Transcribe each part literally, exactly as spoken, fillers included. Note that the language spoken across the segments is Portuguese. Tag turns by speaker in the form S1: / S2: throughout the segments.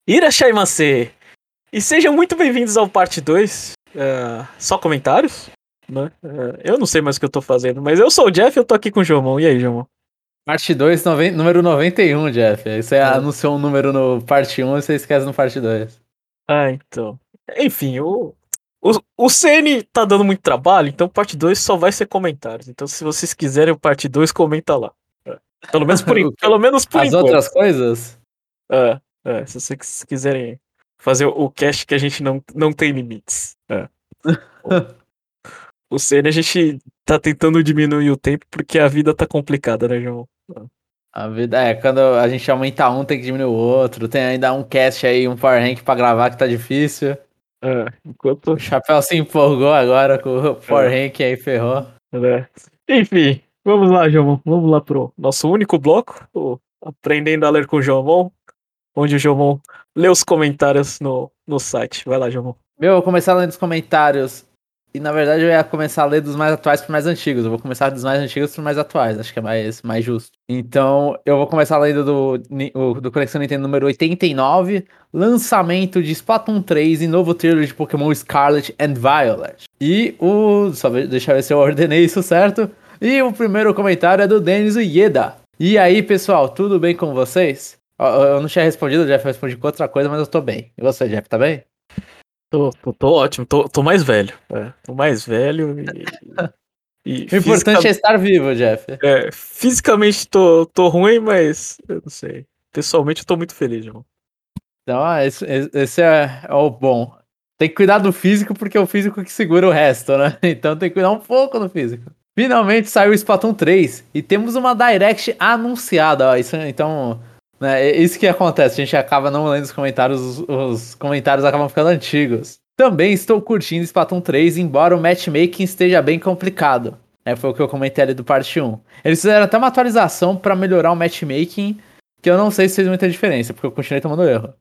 S1: Irashaimase! E sejam muito bem-vindos ao parte dois. Uh, só comentários, né? Uh, eu não sei mais o que eu tô fazendo, mas eu sou o Jeff e eu tô aqui com o Jomon. E aí, Jomon?
S2: Parte dois, nove... número noventa e um, Jeff. Aí você é. anunciou um número no parte um e você esquece no parte dois.
S1: Ah, então. Enfim, o, o, o C N tá dando muito trabalho, então parte dois só vai ser comentários. Então, se vocês quiserem o parte dois, comenta lá. É. Pelo menos por, pelo menos por
S2: As
S1: enquanto.
S2: outras coisas?
S1: É, é, se vocês quiserem fazer o cast que a gente não, não tem limites. É. O C N a gente tá tentando diminuir o tempo porque a vida tá complicada, né, João?
S2: A vida é, quando a gente aumenta um, tem que diminuir o outro. Tem ainda um cast aí, um Power Rank pra gravar que tá difícil.
S1: É, enquanto...
S2: O Chapéu se empolgou agora com o Power
S1: é.
S2: Rank aí, ferrou.
S1: É. Enfim, vamos lá, João. Vamos lá pro nosso único bloco, o Aprendendo a Ler com o João, onde o João lê os comentários no, no site. Vai lá, João.
S2: Meu, eu vou começar lendo os comentários. E na verdade eu ia começar a ler dos mais atuais para mais antigos. Eu vou começar dos mais antigos para mais atuais. Acho que é mais, mais justo. Então eu vou começar lendo do, do, do Conexão Nintendo número oitenta e nove. Lançamento de Splatoon três e novo trailer de Pokémon Scarlet and Violet. E o... Só deixa eu ver se eu ordenei isso certo. E o primeiro comentário é do Denis Ueda. E aí, pessoal, tudo bem com vocês? Eu não tinha respondido, o Jeff respondi com outra coisa, mas eu tô bem. E você, Jeff, tá bem?
S1: Tô, tô, tô ótimo, tô, tô mais velho. É, tô mais velho e.
S2: e o importante é estar vivo, Jeff.
S1: É, fisicamente tô, tô ruim, mas eu não sei. Pessoalmente eu tô muito feliz, João.
S2: Então, esse, esse é, é o bom. Tem que cuidar do físico, porque é o físico que segura o resto, né? Então tem que cuidar um pouco do físico. Finalmente saiu o Splatoon três e temos uma Direct anunciada. Ó, isso, então, né, isso que acontece. A gente acaba não lendo os comentários, os, os comentários acabam ficando antigos. Também estou curtindo Splatoon três, embora o matchmaking esteja bem complicado. É, foi o que eu comentei ali do parte um. Eles fizeram até uma atualização para melhorar o matchmaking, que eu não sei se fez muita diferença, porque eu continuei tomando erro.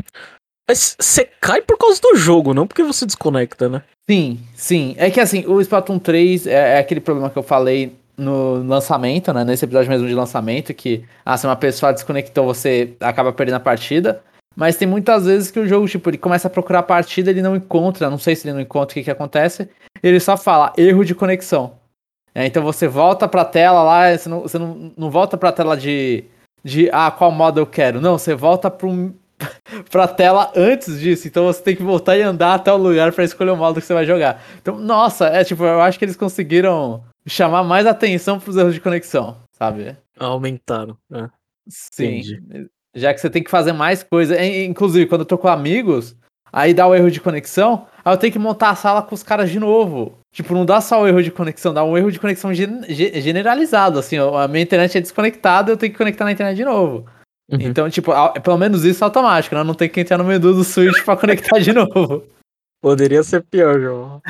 S1: Mas você cai por causa do jogo, não porque você desconecta, né?
S2: Sim, sim. É que assim, o Splatoon três é, é aquele problema que eu falei no lançamento, né? Nesse episódio mesmo de lançamento, que ah, se uma pessoa desconectou, você acaba perdendo a partida. Mas tem muitas vezes que o jogo, tipo, ele começa a procurar a partida, ele não encontra, não sei se ele não encontra o que que acontece, ele só fala erro de conexão. É, então você volta pra tela lá, você não, você não, não volta pra tela de, de, ah, qual modo eu quero. Não, você volta pra, um, pra tela antes disso, então você tem que voltar e andar até o lugar pra escolher o modo que você vai jogar. Então, nossa, é tipo, eu acho que eles conseguiram chamar mais atenção pros erros de conexão, sabe?
S1: Aumentaram, né?
S2: Sim. Entendi. Já que você tem que fazer mais coisa. Inclusive, quando eu tô com amigos, aí dá o erro de conexão, aí eu tenho que montar a sala com os caras de novo. Tipo, não dá só o erro de conexão, dá um erro de conexão gen- generalizado, assim, a minha internet é desconectada, eu tenho que conectar na internet de novo. Uhum. Então, tipo, pelo menos isso é automático, né? Não tem que entrar no menu do Switch pra conectar de novo.
S1: Poderia ser pior, João.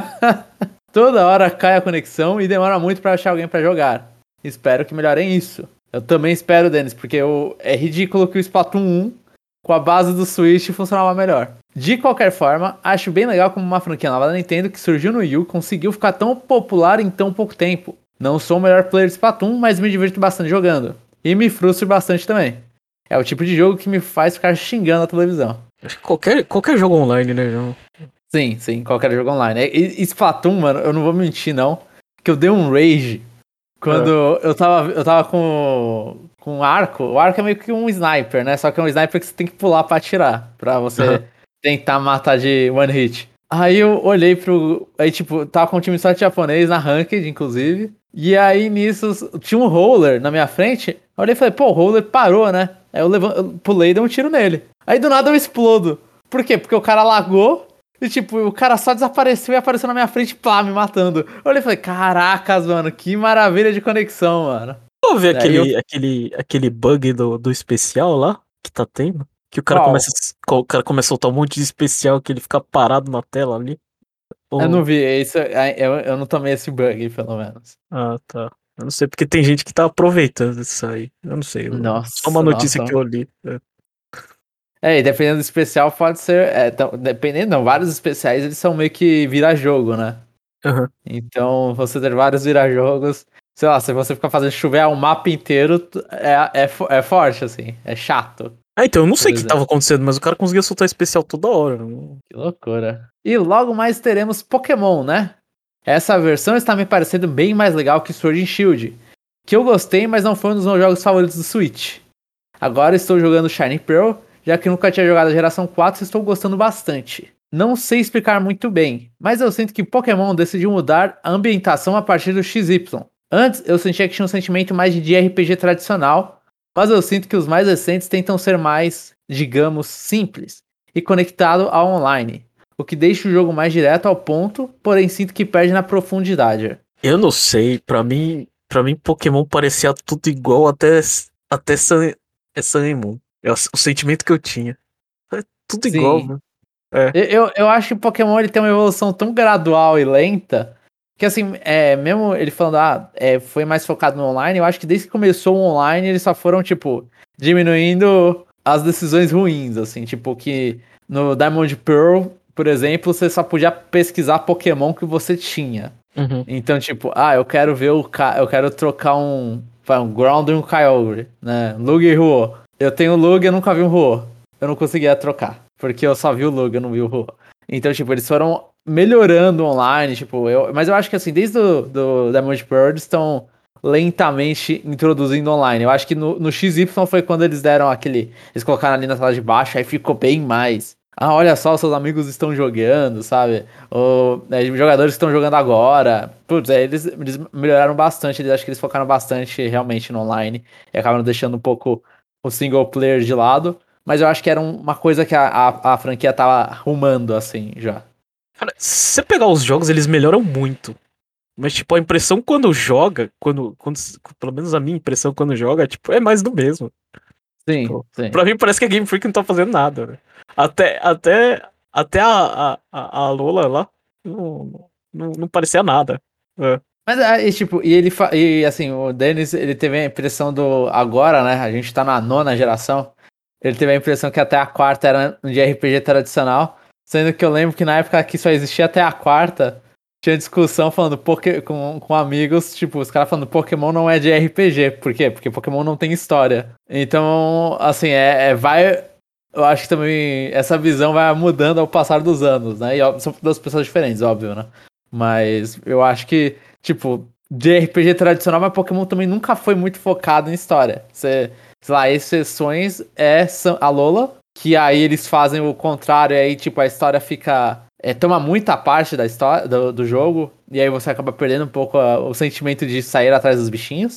S2: Toda hora cai a conexão e demora muito pra achar alguém pra jogar. Espero que melhorem isso. Eu também espero, Denis, porque eu, é ridículo que o Splatoon um, com a base do Switch, funcionava melhor. De qualquer forma, acho bem legal como uma franquia nova da Nintendo que surgiu no Wii U conseguiu ficar tão popular em tão pouco tempo. Não sou o melhor player de Splatoon, mas me divirto bastante jogando. E me frustro bastante também. É o tipo de jogo que me faz ficar xingando a televisão.
S1: Acho que qualquer, qualquer jogo online, né, João?
S2: Sim, sim, qualquer jogo online. E, e Splatoon, mano, eu não vou mentir, não, que eu dei um rage quando é. eu tava, eu tava com, com um arco. O arco é meio que um sniper, né? Só que é um sniper que você tem que pular pra atirar, pra você uhum. tentar matar de one hit. Aí eu olhei pro... Aí, tipo, tava com um time só de japonês na Ranked, inclusive. E aí, nisso, tinha um roller na minha frente. Eu olhei e falei, pô, o roller parou, né? Aí eu, levo, eu pulei e dei um tiro nele. Aí, do nada, eu explodo. Por quê? Porque o cara lagou. E, tipo, o cara só desapareceu e apareceu na minha frente, pá, me matando. Eu olhei e falei, caracas, mano, que maravilha de conexão, mano.
S1: Vou ver aquele, eu... aquele, aquele bug do, do especial lá, que tá tendo. Que o cara, começa, o cara começa a soltar um monte de especial que ele fica parado na tela ali.
S2: Ou... Eu não vi, isso, eu, eu não tomei esse bug, pelo menos.
S1: Ah, tá. Eu não sei, porque tem gente que tá aproveitando isso aí. Eu não sei.
S2: Nossa,
S1: só uma notícia
S2: nossa.
S1: que eu li. É.
S2: É, e dependendo do especial pode ser... É, então, dependendo, não, vários especiais eles são meio que vira-jogo, né?
S1: Uhum.
S2: Então, você ter vários vira-jogos... Sei lá, se você ficar fazendo chover o mapa inteiro, é, é, é forte, assim. É chato.
S1: Ah, então, eu não sei o que tava acontecendo, mas o cara conseguia soltar especial toda hora.
S2: Que loucura. E logo mais teremos Pokémon, né? Essa versão está me parecendo bem mais legal que Sword and Shield, que eu gostei, mas não foi um dos meus jogos favoritos do Switch. Agora estou jogando Shining Pearl, já que nunca tinha jogado a geração quatro e estou gostando bastante. Não sei explicar muito bem, mas eu sinto que Pokémon decidiu mudar a ambientação a partir do X Y. Antes eu sentia que tinha um sentimento mais de R P G tradicional, mas eu sinto que os mais recentes tentam ser mais, digamos, simples e conectado ao online, o que deixa o jogo mais direto ao ponto, porém sinto que perde na profundidade.
S1: Eu não sei, pra mim, pra mim Pokémon parecia tudo igual até, até Sun, é Sun and Moon. É o, o sentimento que eu tinha. É tudo
S2: Sim.
S1: igual, né? É.
S2: Eu, eu acho que o Pokémon ele tem uma evolução tão gradual e lenta que, assim, é, mesmo ele falando, ah, é, foi mais focado no online, eu acho que desde que começou o online eles só foram, tipo, diminuindo as decisões ruins, assim, tipo, que no Diamond Pearl, por exemplo, você só podia pesquisar Pokémon que você tinha.
S1: Uhum.
S2: Então, tipo, ah, eu quero ver o Ca... eu quero trocar um, um Ground e um Kyogre, né? Lug e Ruo. Eu tenho Lug e eu nunca vi um Ruo. Eu não conseguia trocar, porque eu só vi o Lug, eu não vi o Ruo. Então, tipo, eles foram melhorando online, tipo, eu... mas eu acho que assim, desde o do Diamond Pearl, eles estão lentamente introduzindo online. Eu acho que no, no X Y foi quando eles deram aquele... Eles colocaram ali na tela de baixo, aí ficou bem mais... Ah, olha só, seus amigos estão jogando, sabe? Ou é, jogadores estão jogando agora. Putz, é, eles, eles melhoraram bastante. Eles acho que eles focaram bastante realmente no online. E acabaram deixando um pouco o single player de lado. Mas eu acho que era uma coisa que a, a, a franquia tava arrumando, assim, já.
S1: Cara, se você pegar os jogos, eles melhoram muito. Mas, tipo, a impressão quando joga, quando, quando. Pelo menos a minha impressão quando joga, tipo, é mais do mesmo.
S2: Sim,
S1: Tipo,
S2: sim.
S1: Pra mim parece que a Game Freak não tá fazendo nada, né? Até, até, até a, a, a Lola lá não, não, não parecia nada. É.
S2: Mas, e, tipo, e ele, e assim, o Dennis, ele teve a impressão do, agora, né, a gente tá na nona geração, ele teve a impressão que até a quarta era um de R P G tradicional, sendo que eu lembro que na época que só existia até a quarta, tinha discussão falando poké, com, com amigos, tipo, os caras falando Pokémon não é de R P G, por quê? Porque Pokémon não tem história. Então, assim, é, é vai... Eu acho que também essa visão vai mudando ao passar dos anos, né, e são duas pessoas diferentes, óbvio, né, mas eu acho que tipo, de R P G tradicional, mas Pokémon também nunca foi muito focado em história. Você, sei lá, exceções é a Lola, que aí eles fazem o contrário, e aí, tipo, a história fica... É, toma muita parte da história, do, do jogo, e aí você acaba perdendo um pouco a, o sentimento de sair atrás dos bichinhos.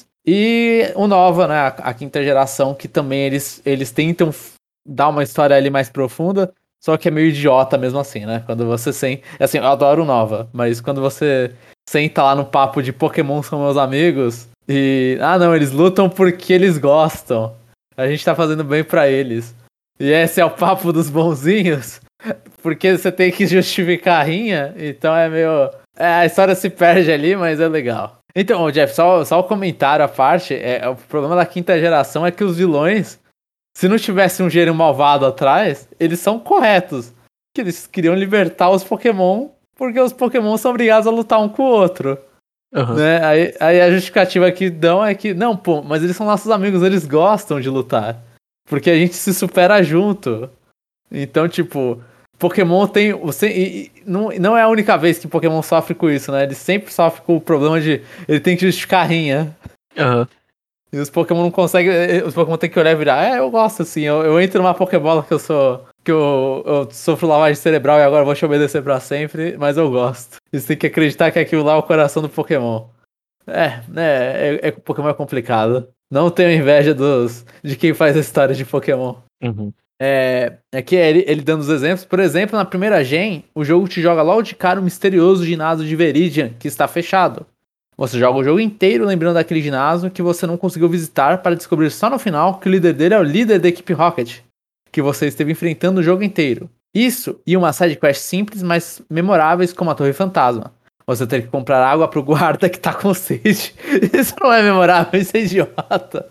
S2: E o Nova, né, a, a quinta geração, que também eles, eles tentam dar uma história ali mais profunda, só que é meio idiota mesmo assim, né? Quando você sente... Assim, eu adoro o Nova, mas quando você senta lá no papo de Pokémon são meus amigos e... Ah, não, eles lutam porque eles gostam. A gente tá fazendo bem pra eles. E esse é o papo dos bonzinhos, porque você tem que justificar a rinha, então é meio... É, a história se perde ali, mas é legal. Então, Jeff, só, só o comentário à parte, é, o problema da quinta geração é que os vilões, se não tivesse um gênio malvado atrás, eles são corretos. Que eles queriam libertar os Pokémon, porque os Pokémon são obrigados a lutar um com o outro. Uhum. Né? Aí, aí a justificativa que dão é que, não, pô, mas eles são nossos amigos, eles gostam de lutar. Porque a gente se supera junto. Então, tipo, Pokémon tem... Você, e, não, não é a única vez que Pokémon sofre com isso, né? Ele sempre sofre com o problema de... Ele tem que justificar a rinha.
S1: Aham. Uhum.
S2: E os Pokémon não conseguem... Os Pokémon tem que olhar e virar. É, eu gosto, assim. Eu, eu entro numa Pokébola que eu sou... Que eu, eu sofro lavagem cerebral e agora vou te obedecer pra sempre. Mas eu gosto. Você tem que acreditar que aquilo lá é o coração do Pokémon. É, né? É, é, Pokémon é complicado. Não tenho inveja dos, de quem faz a história de Pokémon.
S1: Uhum.
S2: É, aqui é ele, ele dando os exemplos. Por exemplo, na primeira gen, o jogo te joga logo de cara o misterioso ginásio de Viridian, que está fechado. Você joga o jogo inteiro lembrando daquele ginásio que você não conseguiu visitar para descobrir só no final que o líder dele é o líder da equipe Rocket, que você esteve enfrentando o jogo inteiro. Isso e uma sidequest simples, mas memoráveis como a Torre Fantasma. Você ter que comprar água pro guarda que tá com sede. Isso não é memorável, isso é idiota.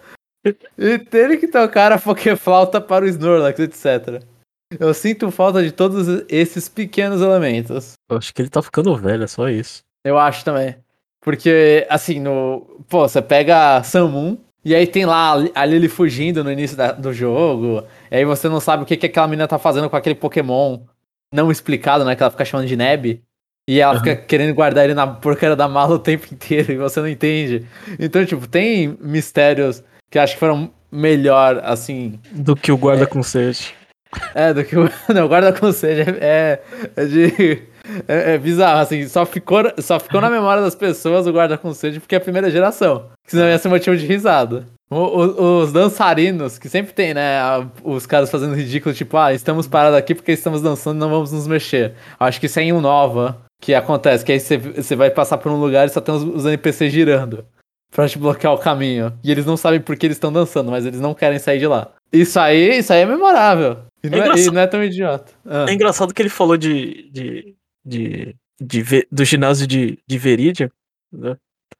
S2: E ter que tocar a Pokéflauta para o Snorlax, etcétera. Eu sinto falta de todos esses pequenos elementos.
S1: Eu acho que ele tá ficando velho, é só isso.
S2: Eu acho também. Porque, assim, no... Pô, você pega Sun Moon E aí tem lá a Lily fugindo no início da, do jogo. E aí você não sabe o que, que aquela menina tá fazendo com aquele Pokémon não explicado, né? Que ela fica chamando de Neb. E ela fica
S1: Uhum.
S2: querendo guardar ele na porcaria da mala o tempo inteiro e você não entende. Então, tipo, tem mistérios que acho que foram melhor, assim.
S1: Do que o guarda com sede.
S2: É, do que o. Não, guarda-conselho é, é de. É, é bizarro, assim, só ficou, só ficou na memória das pessoas o guarda-conselho porque é a primeira geração. Senão ia ser motivo de risada. O- o- os dançarinos, que sempre tem, né? a- Os caras fazendo ridículo, tipo, ah, estamos parados aqui porque estamos dançando e não vamos nos mexer. Acho que isso é em um Nova que acontece, que aí você você vai passar por um lugar e só tem os, os N P Cs girando pra te bloquear o caminho. E eles não sabem por que eles estão dançando, mas eles não querem sair de lá. Isso aí, isso aí é memorável. E
S1: É
S2: não é, e
S1: engraçado,
S2: não é tão idiota. Ah.
S1: é engraçado que ele falou de, de, de, de ve- do ginásio de, de Veridia, né?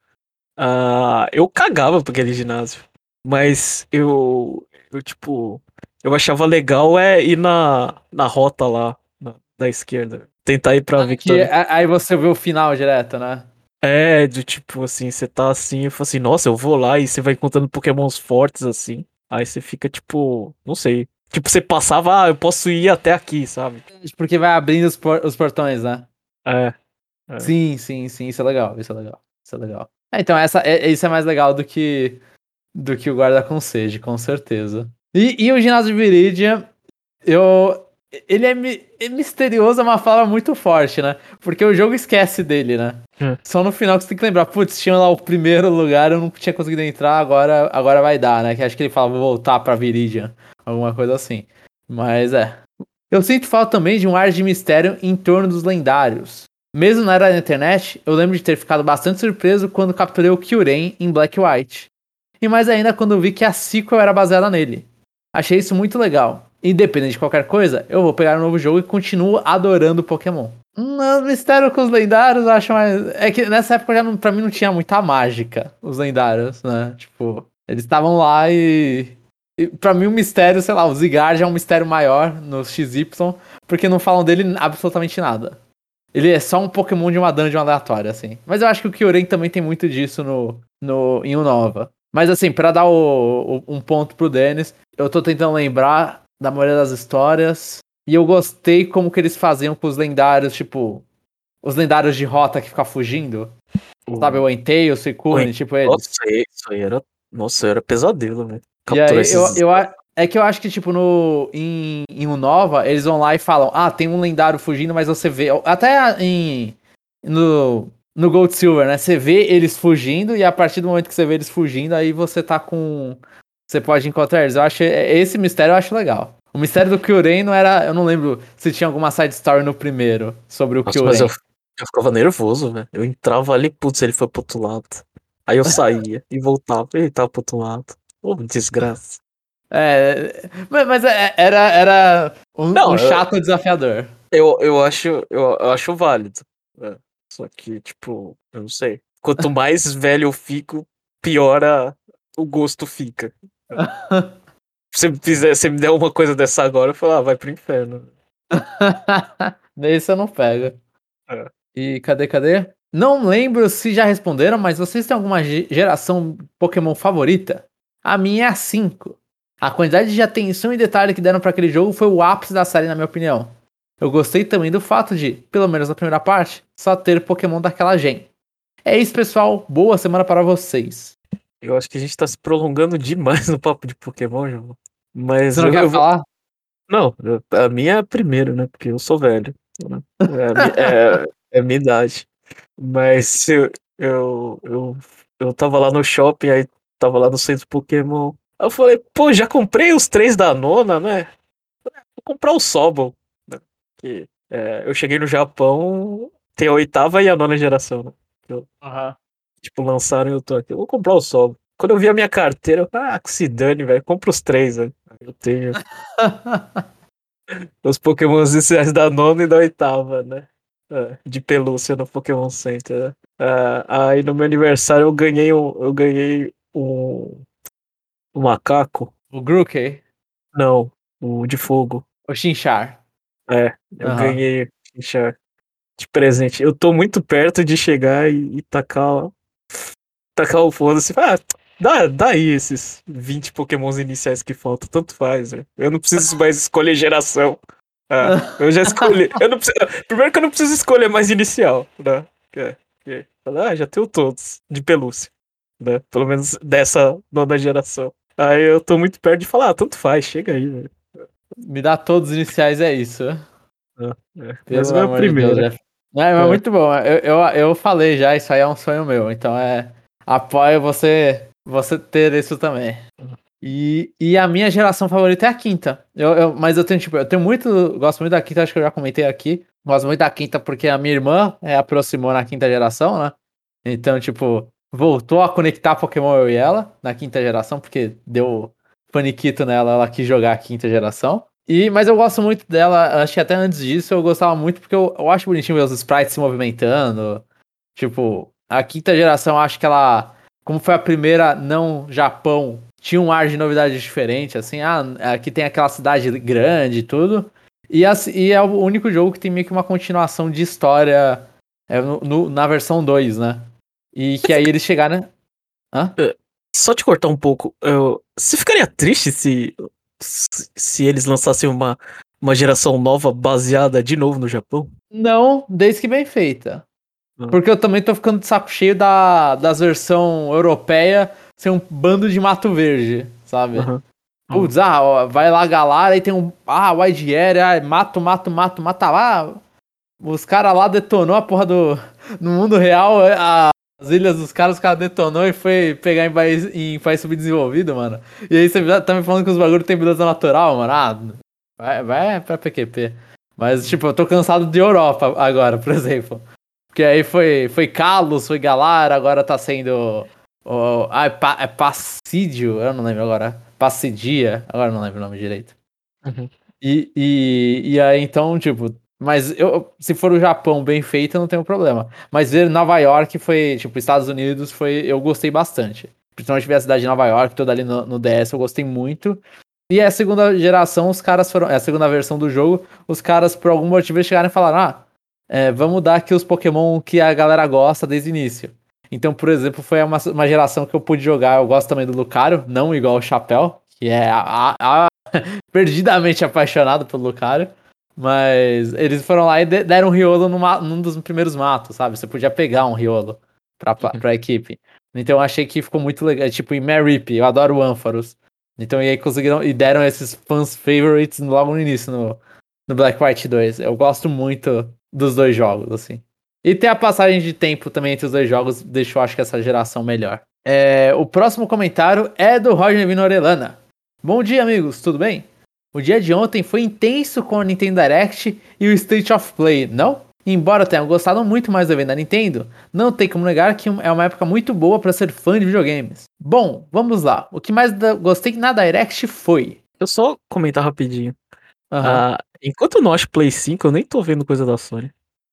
S1: Ah, eu cagava pra aquele ginásio. Mas eu, eu, tipo, eu achava legal é ir na, na rota lá, na, da esquerda. Tentar ir pra
S2: Que,
S1: Victoria.
S2: a- aí você vê o final direto, né?
S1: É, do tipo assim, você tá assim, eu falo assim, nossa, eu vou lá e você vai encontrando pokémons fortes assim. Aí você fica tipo, não sei. Tipo, você passava, ah, eu posso ir até aqui, sabe?
S2: Porque vai abrindo os, por- os portões, né?
S1: É, é.
S2: Sim, sim, sim, isso é legal, isso é legal, isso é legal. É, então, essa, é, isso é mais legal do que, do que o guarda com sede, com certeza. E, e o ginásio de Viridia, eu. Ele é, mi- é misterioso, é uma palavra muito forte, né? Porque o jogo esquece dele, né?
S1: Hum.
S2: Só no final que você tem que lembrar, putz, tinha lá o primeiro lugar, eu não tinha conseguido entrar, agora, agora vai dar, né? Que acho que ele fala, vou voltar pra Viridian, alguma coisa assim. Mas é. Eu sinto falta também de um ar de mistério em torno dos lendários. Mesmo na era da internet, eu lembro de ter ficado bastante surpreso quando capturei o Kyurem em Black White. E mais ainda quando vi que a sequel era baseada nele. Achei isso muito legal. Independente de qualquer coisa, eu vou pegar um novo jogo e continuo adorando Pokémon. Hum, mistério com os lendários, eu acho mais. É que nessa época já não, pra mim não tinha muita mágica, os lendários, né? Tipo, eles estavam lá e. e pra mim o mistério, sei lá, o Zygarde é um mistério maior no X Y, porque não falam dele absolutamente nada. Ele é só um Pokémon de uma dungeon aleatória, assim. Mas eu acho que o Kyurem também tem muito disso no, no, em Unova. Mas assim, pra dar o, o- um ponto pro Dennis, eu tô tentando lembrar da maioria das histórias. E eu gostei como que eles faziam com os lendários, tipo... Os lendários de rota que ficam fugindo. Sabe,
S1: O,
S2: o Entei, o
S1: o,
S2: Suicune, tipo
S1: nossa,
S2: eles.
S1: isso aí era. Nossa, era pesadelo, velho.
S2: E
S1: Capturar
S2: aí, eu,
S1: esses.
S2: eu, a- é que eu acho que, tipo, no, em, em Unova, eles vão lá e falam, ah, tem um lendário fugindo, mas você vê... Até em... No, no Gold Silver, né? Você vê eles fugindo e a partir do momento que você vê eles fugindo, aí você tá com... Você pode encontrar eles. Eu acho... Esse mistério eu acho legal. O mistério do Kyurem não era... Eu não lembro se tinha alguma side story no primeiro sobre o
S1: Nossa, mas eu,
S2: Kyurem.
S1: eu ficava nervoso, velho. Eu entrava ali, putz, ele foi pro outro lado. Aí eu saía e voltava, e ele tava pro outro lado. Ô, desgraça.
S2: É... Mas, mas é- era, era um, um
S1: Não, eu,
S2: chato desafiador.
S1: eu, eu acho, eu, eu acho válido. É. Só que, tipo, eu não sei. Quanto mais velho eu fico, pior a- o gosto fica. É. Se você me fizer, se me der uma coisa dessa agora, eu falo, ah, vai pro inferno.
S2: Daí você não pega.
S1: É.
S2: E cadê, cadê? Não lembro se já responderam, mas vocês têm alguma ge- geração Pokémon favorita? A minha é a cinco. A quantidade de atenção e detalhe que deram pra aquele jogo foi o ápice da série, na minha opinião. Eu gostei também do fato de, pelo menos na primeira parte, só ter Pokémon daquela gen. É isso, pessoal. Boa semana para vocês.
S1: Eu acho que a gente tá se prolongando demais no papo de Pokémon, João. Mas
S2: Você não
S1: eu,
S2: quer
S1: eu vou.
S2: falar?
S1: Não, eu- a minha é a primeira, né? Porque eu sou velho. Né? É, a mi- é, é a minha idade. Mas eu, eu, eu, eu tava lá no shopping, aí tava lá no centro Pokémon. Aí eu falei, pô, já comprei os três da nona, né? Vou comprar o Sobol. Né? Que, é, eu cheguei no Japão, tem a oitava e a nona geração, né? Eu,
S2: Aham.
S1: tipo, lançaram e eu tô aqui. Eu vou comprar o Sobol. Quando eu vi a minha carteira, eu falei, ah, que se dane, velho. Compra os três, velho. Eu tenho os Pokémons iniciais da nona e da oitava, né? É, de pelúcia no Pokémon Center. Né? Ah, aí no meu aniversário eu ganhei um, eu ganhei um, um macaco.
S2: O Grookey.
S1: Não, o de fogo.
S2: O Chinchar.
S1: É, eu
S2: Aham.
S1: ganhei já de presente. Eu tô muito perto de chegar e, e tacar, tacar o foda-se. Ah, Dá, dá aí esses vinte pokémons iniciais que faltam, tanto faz, velho. Eu não preciso mais escolher geração. Ah, eu já escolhi. Eu não preciso, primeiro que eu não preciso escolher mais inicial, né? É, é. Ah, já tenho todos de pelúcia, né? Pelo menos dessa nona geração. Aí eu tô muito perto de falar, ah, tanto faz, chega aí, velho.
S2: Me dá todos os iniciais, é isso.
S1: Ah, é. Mas
S2: Pelo
S1: não é a
S2: amor de Deus,
S1: primeira.
S2: Jeff. Não, é, mas
S1: É.
S2: muito bom. Eu, eu, eu falei já, isso aí é um sonho meu. Então é. Apoio você, você ter isso também. E, e a minha geração favorita é a quinta. Eu, eu, mas eu tenho, tipo, eu tenho muito. Gosto muito da quinta, acho que eu já comentei aqui. Gosto muito da quinta porque a minha irmã é, aproximou na quinta geração, né? Então, tipo, voltou a conectar Pokémon eu e ela na quinta geração, porque deu paniquito nela, ela quis jogar a quinta geração. E, mas eu gosto muito dela, acho que até antes disso eu gostava muito porque eu, eu acho bonitinho ver os sprites se movimentando. Tipo, a quinta geração, acho que ela, como foi a primeira não Japão, tinha um ar de novidade diferente, assim, ah, aqui tem aquela cidade grande e tudo. E, assim, e é o único jogo que tem meio que uma continuação de história é, no, no- na versão dois, né? E que aí eles chegaram, né? Hã?
S1: É, só te cortar um pouco, eu, você ficaria triste se, se, se eles lançassem uma, uma geração nova baseada de novo no Japão?
S2: Não, desde que bem feita.
S1: Não.
S2: Porque eu também tô ficando de saco cheio da, das versão europeia ser um bando de mato verde, sabe?
S1: Aham. Aham.
S2: Putz, ah, ó, vai lá Galar, aí tem um. Ah, Wide Area, ah, mato, mato, mato, mata lá. Os caras lá detonou a porra do. No mundo real, a- as ilhas dos caras, os caras detonou e foi pegar em país, em país subdesenvolvido, mano. E aí você tá me falando que os bagulhos tem beleza natural, mano. Ah, vai, vai pra P Q P. Mas, tipo, eu tô cansado de Europa agora, por exemplo. Porque aí foi, foi Kalos, foi Galar, agora tá sendo. Oh, ah, é, pa, é Passídio, eu não lembro agora. Passidia, agora eu não lembro o nome direito.
S1: Uhum.
S2: E, e, e aí, então, tipo, mas eu, se for o Japão bem feito, eu não tenho problema. Mas ver Nova York foi, tipo, Estados Unidos foi, eu gostei bastante. Principalmente ver a cidade de Nova York, toda ali no, no D S, eu gostei muito. E a segunda geração, os caras foram, é a segunda versão do jogo, os caras, por algum motivo, eles chegaram e falaram, ah, é, vamos dar aqui os Pokémon que a galera gosta desde o início. Então, por exemplo, foi uma, uma geração que eu pude jogar, eu gosto também do Lucario, não igual o Chapéu, que é a, a, perdidamente apaixonado pelo Lucario. Mas eles foram lá e deram um Riolo numa, num dos primeiros matos, sabe? Você podia pegar um Riolo pra,
S1: Uhum.
S2: pra equipe. Então eu achei que ficou muito legal. Tipo, em Marip, eu adoro o Ampharos. Então e aí conseguiram e deram esses fans favorites logo no início no, no Black White dois. Eu gosto muito dos dois jogos, assim. E ter a passagem de tempo também entre os dois jogos deixou, acho que, essa geração melhor. É, o próximo comentário é do Roger Vinorelana. Bom dia, amigos, tudo bem? O dia de ontem foi intenso com a Nintendo Direct e o State of Play, não? Embora eu tenha gostado muito mais do evento da Nintendo, não tem como negar que é uma época muito boa para ser fã de videogames. Bom, vamos lá. O que mais gostei na Direct foi...
S1: Eu só comentar rapidinho.
S2: Uhum.
S1: Ah, enquanto eu não acho Play cinco, eu nem tô vendo coisa da Sony.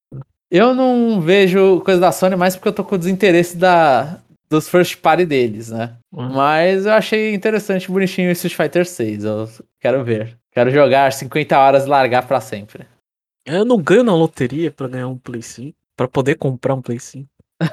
S2: Eu não vejo coisa da Sony mais porque eu tô com desinteresse da, dos first party deles, né?
S1: Uhum.
S2: Mas eu achei interessante e bonitinho esse Street Fighter seis. Eu quero ver. Quero jogar cinquenta horas e largar pra sempre.
S1: Eu não ganho na loteria pra ganhar um Play cinco. Pra poder comprar um Play cinco.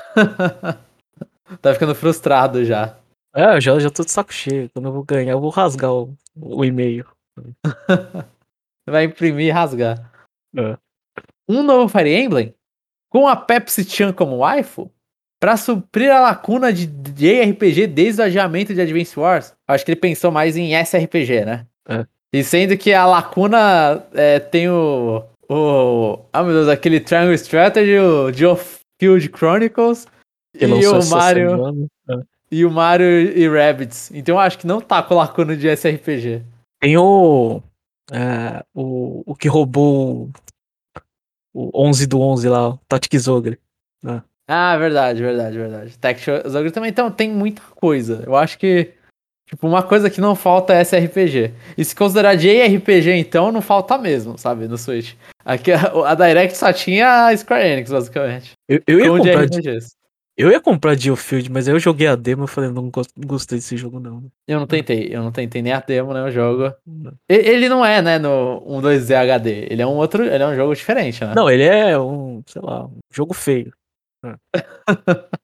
S2: Tá ficando frustrado já.
S1: É, eu já, já tô de saco cheio. Quando eu vou ganhar, eu vou rasgar o, o e-mail.
S2: Vai imprimir e rasgar.
S1: É.
S2: Um novo Fire Emblem? Com a Pepsi Chan como waifu? Pra suprir a lacuna de J R P G desde o adiamento de Advance Wars? Acho que ele pensou mais em S R P G, né?
S1: É.
S2: E sendo que a lacuna é, tem o, o... Ah, meu Deus, aquele Triangle Strategy, o Geofield Chronicles
S1: Que
S2: e
S1: lançou
S2: o
S1: essa
S2: Mario...
S1: semana. É.
S2: E o Mario e Rabbids. Então eu acho que não tá com lacuna de S R P G.
S1: Tem o, é, o. O que roubou o onze do onze lá, o Tactic Zogre. Né?
S2: Ah, verdade, verdade, verdade. Tactical Zogre também então, tem muita coisa. Eu acho que, tipo, uma coisa que não falta é S R P G. E se considerar J R P G, então, não falta mesmo, sabe, no Switch. Aqui, a, a Direct só tinha a Square Enix, basicamente.
S1: Eu, eu ia
S2: Com
S1: comprar.
S2: J R P Gs.
S1: Eu ia comprar Geofield, mas aí eu joguei a demo e falei, não gost- não gostei desse jogo, não.
S2: Eu não tentei, eu não tentei nem a demo, nem o jogo. E- Ele não é, né, no um dois Z H D. Ele é um outro, ele é um jogo diferente, né?
S1: Não, ele é um, sei lá, um jogo feio. É.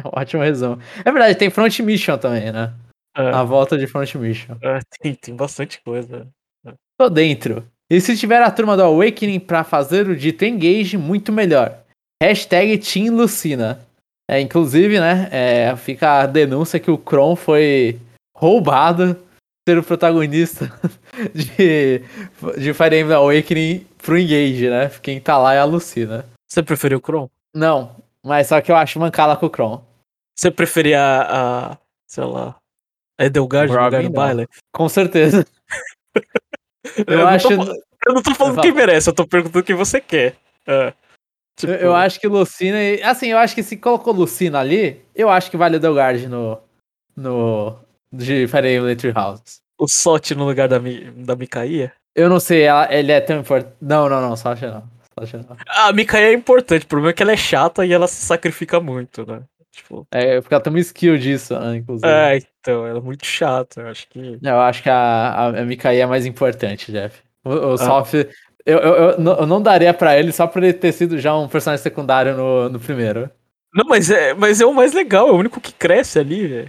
S2: Ótimo resumo. É verdade, tem Front Mission também, né?
S1: É,
S2: A volta de Front Mission.
S1: é, tem, tem bastante coisa.
S2: Tô dentro. E se tiver a turma do Awakening pra fazer o dito Engage, muito melhor. Hashtag Team Lucina. É, inclusive, né, é, fica a denúncia que o Kron foi roubado ser o protagonista de, de Fire Emblem Awakening pro Engage, né? Quem tá lá é a Lucina.
S1: Você preferiu o Kron?
S2: Não, mas só que eu acho mancada com o Kron.
S1: Você preferia a, a sei lá, a Edelgard no lugar do Byleth?
S2: Com certeza. Eu,
S1: eu,
S2: acho.
S1: Não tô, eu não tô falando quem merece, eu tô perguntando quem você quer. É, tipo...
S2: eu, eu acho que Lucina. Assim, eu acho que se colocou Lucina ali, eu acho que vale o Edelgard no. No. De Fire Emblem Three Houses.
S1: O Sot no lugar da, Mi, da Mikaia?
S2: Eu não sei, ela, ele é tão importante. Não, não, não, só acho não. Só acho não.
S1: A Mikaia é importante, o problema é que ela é chata e ela se sacrifica muito, né? Tipo...
S2: É, porque ela tem uma skill disso, né, inclusive.
S1: É, então, ela é muito chata, eu acho que...
S2: Eu acho que a, a, a Mikaia é mais importante, Jeff. O, o
S1: ah.
S2: Soft, eu, eu, eu, eu não daria pra ele só por ele ter sido já um personagem secundário no, no primeiro.
S1: Não, mas é, mas é o mais legal, é o único que cresce ali, velho.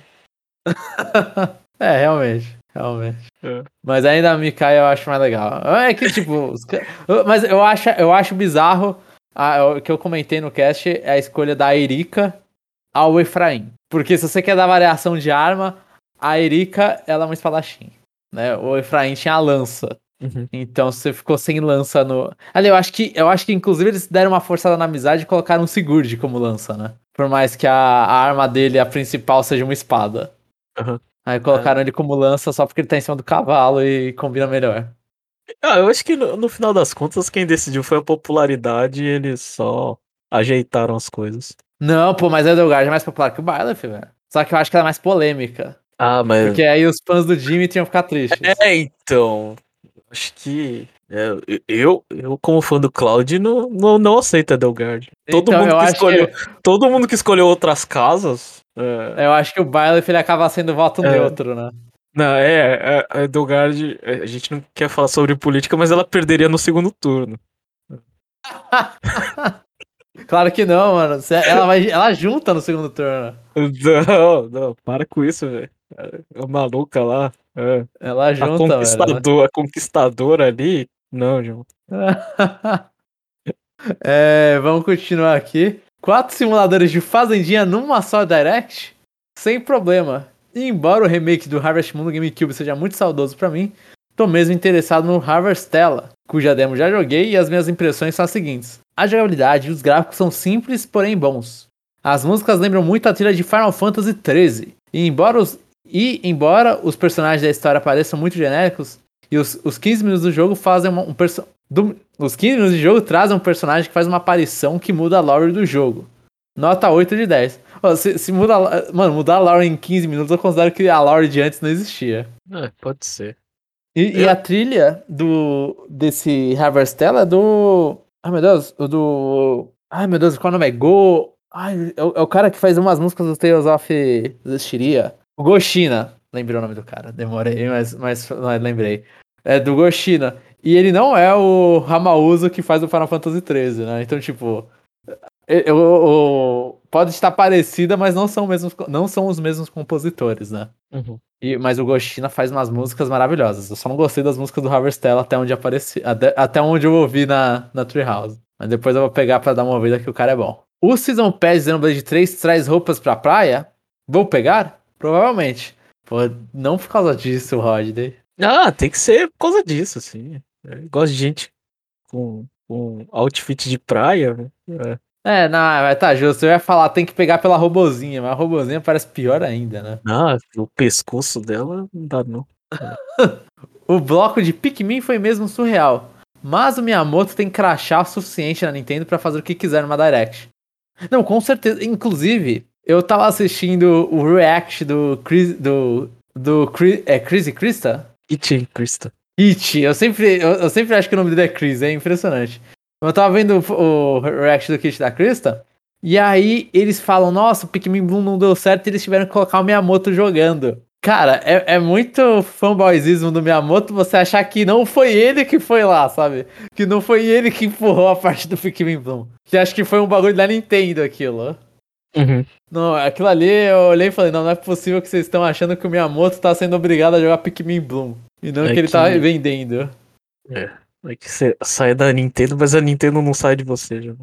S2: É, realmente. Realmente.
S1: É.
S2: Mas ainda a Mikaia eu acho mais legal. É que, tipo... os, mas eu acho, eu acho bizarro o que eu comentei no cast é a escolha da Erika ao Efraim. Porque se você quer dar variação de arma, a Erika, ela é uma espadachim, né? O Efraim tinha a lança.
S1: Uhum.
S2: Então você ficou sem lança no... Ali, eu acho que, eu acho que inclusive eles deram uma forçada na amizade e colocaram um Sigurd como lança, né? Por mais que a, a arma dele, a principal, seja uma espada.
S1: Uhum.
S2: Aí colocaram é. ele como lança só porque ele tá em cima do cavalo e combina melhor.
S1: Ah, eu acho que no, no final das contas quem decidiu foi a popularidade e eles só ajeitaram as coisas.
S2: Não, pô, mas a Edelgard é mais popular que o Byleth, velho. Só que eu acho que ela é mais polêmica.
S1: Ah, mas...
S2: Porque aí os fãs do Jimmy tinham que ficar tristes.
S1: É, então... Acho que... É, eu, eu, como fã do Cloud, não, não, não aceito a Edelgard. Todo,
S2: então,
S1: mundo que escolheu,
S2: que...
S1: todo mundo que escolheu outras casas... É...
S2: Eu acho que o Byleth ele acaba sendo voto é... neutro, né?
S1: Não, é, a Edelgard... A gente não quer falar sobre política, mas ela perderia no segundo turno.
S2: Claro que não, mano. Ela, vai, ela junta no segundo turno.
S1: Não, não, para com isso, velho. A maluca lá. É.
S2: Ela junta,
S1: a conquistador,
S2: velho.
S1: A conquistadora ali. Não, João.
S2: é, vamos continuar aqui. Quatro simuladores de fazendinha numa só Direct? Sem problema. E embora o remake do Harvest Moon no GameCube seja muito saudoso pra mim, tô mesmo interessado no Harvestella, cuja demo já joguei e as minhas impressões são as seguintes. A jogabilidade e os gráficos são simples, porém bons. As músicas lembram muito a trilha de Final Fantasy treze. E embora os, e, embora os personagens da história pareçam muito genéricos, e os, os quinze minutos do jogo fazem uma, um perso- do, os quinze minutos de jogo trazem um personagem que faz uma aparição que muda a lore do jogo. Nota oito de dez. Oh, se, se muda, mano, mudar a lore em quinze minutos, eu considero que a lore de antes não existia.
S1: É, pode ser.
S2: E, eu... e a trilha do desse Harvestella é do... Ai, meu Deus, o do... Ai, meu Deus, qual é o nome? É Go... Ai, é o, é o cara que faz umas músicas do Tales of Zestiria. O Goshina. Lembrei o nome do cara. Demorei, mas, mas, mas lembrei. É do Goshina. E ele não é o Hamauzo que faz o Final Fantasy treze, né? Então, tipo... Eu, eu, eu, pode estar parecida, mas não são, mesmos, não são os mesmos compositores, né?
S1: Uhum.
S2: E, mas o Goshina faz umas músicas maravilhosas. Eu só não gostei das músicas do Harvestella até onde apareci, até, até onde eu ouvi na, na Treehouse. Mas depois eu vou pegar pra dar uma ouvida que o cara é bom. O Season Pass de Xenoblade três traz roupas pra praia? Vou pegar? Provavelmente. Pô, não por causa disso, Rodney.
S1: Ah, tem que ser por causa disso, assim. Eu gosto de gente com, com outfit de praia, né? É.
S2: É, não, vai tá justo. Eu ia falar, tem que pegar pela robozinha, mas a robozinha parece pior ainda, né?
S1: Ah, o pescoço dela não dá, não.
S2: O bloco de Pikmin foi mesmo surreal, mas o Miyamoto tem crachá o suficiente na Nintendo pra fazer o que quiser numa Direct. Não, com certeza. Inclusive, eu tava assistindo o react do Chris, do, do Chris, é Chris e Krista?
S1: Ichi Krista.
S2: Ichi, eu sempre, eu, eu sempre acho que o nome dele é Chris, é impressionante. Eu tava vendo o, o react do kit da Krista, e aí eles falam, nossa, o Pikmin Bloom não deu certo e eles tiveram que colocar o Miyamoto jogando. Cara, é, é muito fanboyzismo do Miyamoto você achar que não foi ele que foi lá, sabe? Que não foi ele que empurrou a parte do Pikmin Bloom. Que acho que foi um bagulho da Nintendo aquilo.
S1: Uhum.
S2: Não, aquilo ali eu olhei e falei, não, não é possível que vocês estão achando que o Miyamoto tá sendo obrigado a jogar Pikmin Bloom. E não
S1: É
S2: que ele tá
S1: que.
S2: vendendo.
S1: É, é que você sai da Nintendo, mas a Nintendo não sai de você, já.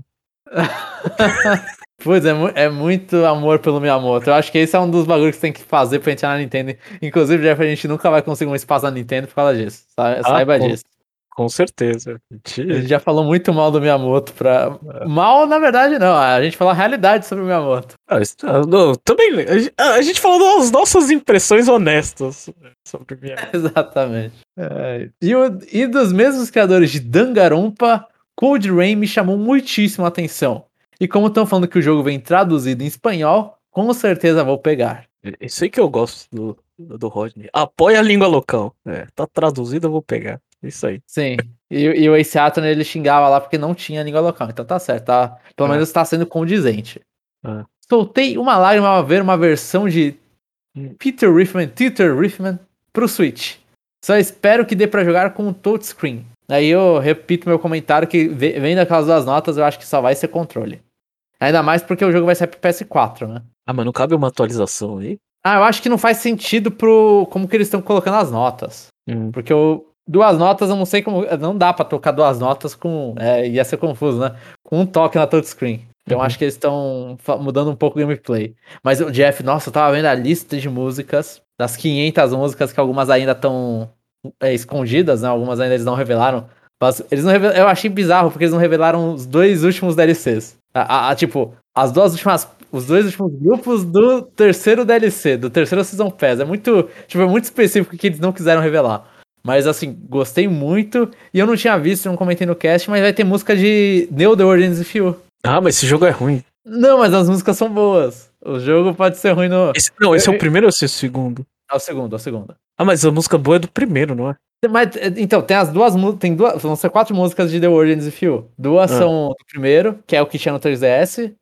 S2: Putz, é, mu- é muito amor pelo Miyamoto. Eu acho que esse é um dos bagulhos que você tem que fazer pra entrar na Nintendo. Inclusive, Jeff, a gente nunca vai conseguir um espaço na Nintendo por causa disso. Sa-
S1: Ah,
S2: Saiba
S1: com,
S2: disso.
S1: com certeza. A
S2: A gente
S1: gente,
S2: já falou muito mal do Miyamoto pra.
S1: é,
S2: Mal, na verdade, não. A gente falou a realidade sobre o Miyamoto.
S1: ah, isso- ah, não, também. A, gente- ah, a gente falou das nossas impressões honestas sobre o Miyamoto.
S2: Exatamente. É. E, o- e dos mesmos criadores de Danganronpa, Code Rain me chamou muitíssimo a atenção. E como estão falando que o jogo vem traduzido em espanhol, com certeza vou pegar.
S1: É isso aí que eu gosto do, do Rodney. Apoia a língua local. É, tá traduzido, eu vou pegar. Isso aí.
S2: Sim. E, e o Ace Attorney, ele xingava lá porque não tinha língua local. Então tá certo, tá? Pelo
S1: É,
S2: menos tá sendo condizente.
S1: é.
S2: Soltei uma lágrima ao ver uma versão de
S1: Hum.
S2: Peter Riffman, Peter Riffman pro Switch. Só espero que dê pra jogar com o touchscreen. Aí eu repito meu comentário que ve- vendo aquelas duas notas, eu acho que só vai ser controle. Ainda mais porque o jogo vai sair pro P S quatro, né?
S1: Ah, mas não cabe uma atualização aí?
S2: Ah, eu acho que não faz sentido pro como que eles estão colocando as notas.
S1: Hum.
S2: Porque o duas notas, eu não sei como. Não dá pra tocar duas notas com. É, ia ser confuso, né? Com um toque na touchscreen. Então
S1: Uhum.
S2: acho que eles estão mudando um pouco o gameplay. Mas o Jeff, nossa, eu tava vendo a lista de músicas. Das quinhentas músicas, que algumas ainda estão é, escondidas, né? Algumas ainda eles não revelaram. Mas eles não revelaram, eu achei bizarro, porque eles não revelaram os dois últimos D L Cs. A, a- a, tipo, as duas últimas. Os dois últimos grupos do terceiro D L C, do terceiro Season Pass. É muito. Tipo, é muito específico que eles não quiseram revelar. Mas assim, gostei muito. E eu não tinha visto, não comentei no cast, mas vai ter música de Neo The Origins of You.
S1: Ah, mas esse jogo é ruim.
S2: Não, mas as músicas são boas. O jogo pode ser ruim no.
S1: Esse- não, esse é
S2: Eu-
S1: o
S2: eu-
S1: primeiro ou esse é o segundo?
S2: É o segundo, é o segundo.
S1: Ah, mas a música boa é do primeiro, não é?
S2: Mas, então, tem as duas músicas. Tem duas. Vão ser quatro músicas de The Origins of You. Duas
S1: Ah.
S2: são do primeiro, que é o que tinha no três D S.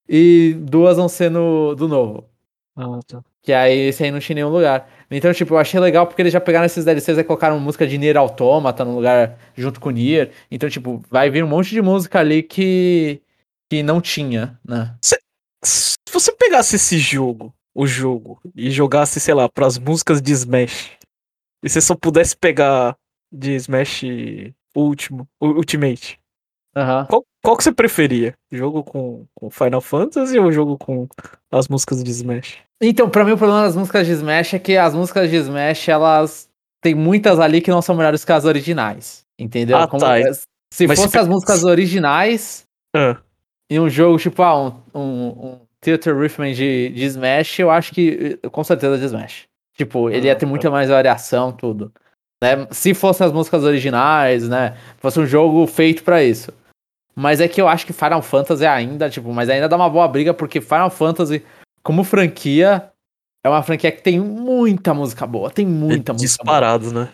S2: E duas vão ser no, do novo.
S1: Ah, tá.
S2: Que aí esse aí não tinha em nenhum lugar. Então, tipo, eu achei legal porque eles já pegaram esses D L Cs e colocaram música de Nier Automata no lugar junto com o Nier. Então, tipo, vai vir um monte de música ali que, que não tinha, né?
S1: Se você pegasse esse jogo, o jogo, e jogasse, sei lá, pras músicas de Smash, e você só pudesse pegar de Smash último, u- Ultimate,
S2: Aham.
S1: qual, qual que você preferia? Jogo com, com Final Fantasy ou jogo com as músicas de Smash?
S2: Então, pra mim, o problema das músicas de Smash é que as músicas de Smash, elas tem muitas ali que não são melhores que as originais. Entendeu?
S1: Ah,
S2: Como,
S1: tá.
S2: é, se
S1: Mas se
S2: fossem as
S1: pe-
S2: músicas originais
S1: Ah,
S2: em um jogo, tipo, ah, um, um, um Theater Riffman de, de Smash, eu acho que eh, com certeza de Smash. Tipo, ele ia
S1: ah,
S2: ter
S1: tá.
S2: muita mais variação, tudo. Né? Se fossem as músicas originais, né? Fosse um jogo feito pra isso. Mas é que eu acho que Final Fantasy ainda, tipo, mas ainda dá uma boa briga, porque Final Fantasy, como franquia, é uma franquia que tem muita música boa. Tem muita
S1: É
S2: música boa.
S1: disparado, né?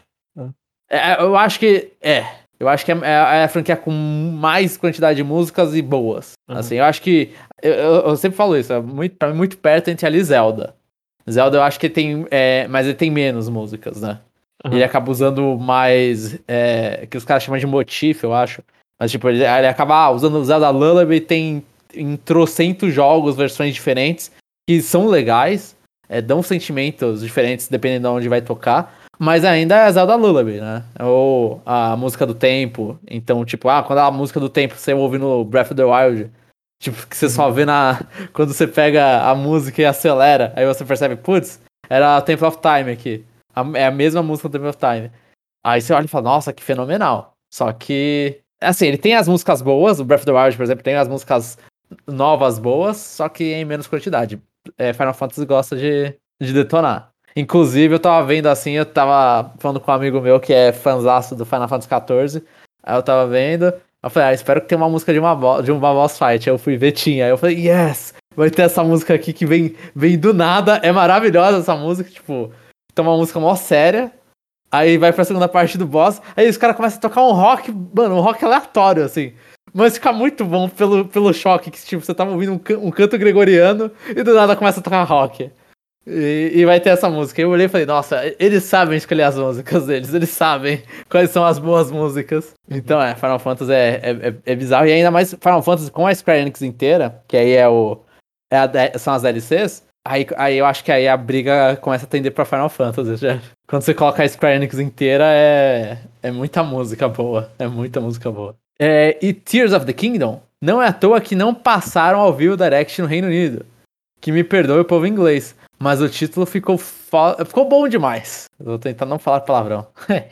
S2: É, eu acho que é. Eu acho que é, é a franquia com mais quantidade de músicas e boas.
S1: Uhum.
S2: Assim, eu acho que. Eu, eu, eu sempre falo isso, é muito, pra mim, muito perto entre ali e Zelda. Zelda eu acho que tem. É, mas ele tem menos músicas, né?
S1: Uhum.
S2: Ele acaba usando mais. É, que os caras chamam de motif, eu acho. Mas, tipo, ele, ele acaba ah, usando o Zelda Lullaby, tem em trocentos jogos, versões diferentes, que são legais, é, dão sentimentos diferentes dependendo de onde vai tocar. Mas ainda é Zelda Lullaby, né? Ou a música do tempo. Então, tipo, ah, quando a música do tempo você ouve no Breath of the Wild, tipo, que você
S1: Uhum.
S2: só vê na. Quando você pega a música e acelera, aí você percebe, putz, era Temple of Time aqui. A- é a mesma música do Temple of Time. Aí você olha e fala, nossa, que fenomenal. Só que. Assim, ele tem as músicas boas, o Breath of the Wild, por exemplo, tem as músicas novas boas, só que em menos quantidade. É, Final Fantasy gosta de, de detonar. Inclusive, eu tava vendo assim, eu tava falando com um amigo meu que é fãzaço do Final Fantasy quatorze. Aí eu tava vendo, aí eu falei, ah, espero que tenha uma música de uma, bo- de uma boss fight. Aí eu fui ver, tinha. Aí eu falei, yes! Vai ter essa música aqui que vem, vem do nada. É maravilhosa essa música, tipo, então uma música mó séria. Aí vai pra segunda parte do boss. Aí os caras começam a tocar um rock, mano, um rock aleatório, assim. Mas fica muito bom pelo, pelo choque, que tipo, você tava ouvindo um, can- um canto gregoriano e do nada começa a tocar rock. E, e vai ter essa música. Eu olhei e falei, nossa, eles sabem escolher as músicas deles, eles sabem quais são as boas músicas. Então é, Final Fantasy é, é, é, é bizarro. E ainda mais Final Fantasy com a Square Enix inteira, que aí é o é a de- são as D L Cs, aí, aí eu acho que aí a briga começa a tender pra Final Fantasy. Já. Quando você coloca a Square Enix inteira, é, é muita música boa. É muita música boa. É, e Tears of the Kingdom, não é à toa que não passaram ao vivo Direct no Reino Unido. Que me perdoe o povo inglês, mas o título ficou, fo- ficou bom demais. Eu vou tentar não falar palavrão.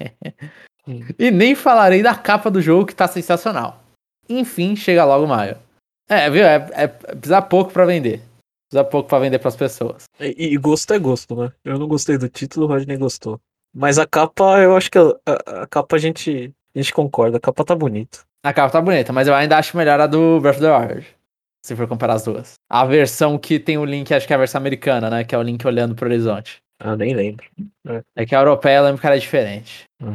S2: E nem falarei da capa do jogo que tá sensacional. Enfim, chega logo maio. É, viu? É, é, precisa pouco pra vender. Precisa pouco pra vender pras pessoas.
S1: E, e gosto é gosto, né? Eu não gostei do título, o Rodney gostou. Mas a capa, eu acho que a, a- a capa a gente, a gente concorda, a capa tá bonita.
S2: A capa tá bonita, mas eu ainda acho melhor a do Breath of the Wild. Se for comparar as duas. A versão que tem o link, acho que é a versão americana, né? Que é o link olhando pro horizonte.
S1: Ah, nem lembro.
S2: É que a europeia eu lembro que era diferente.
S1: Hum.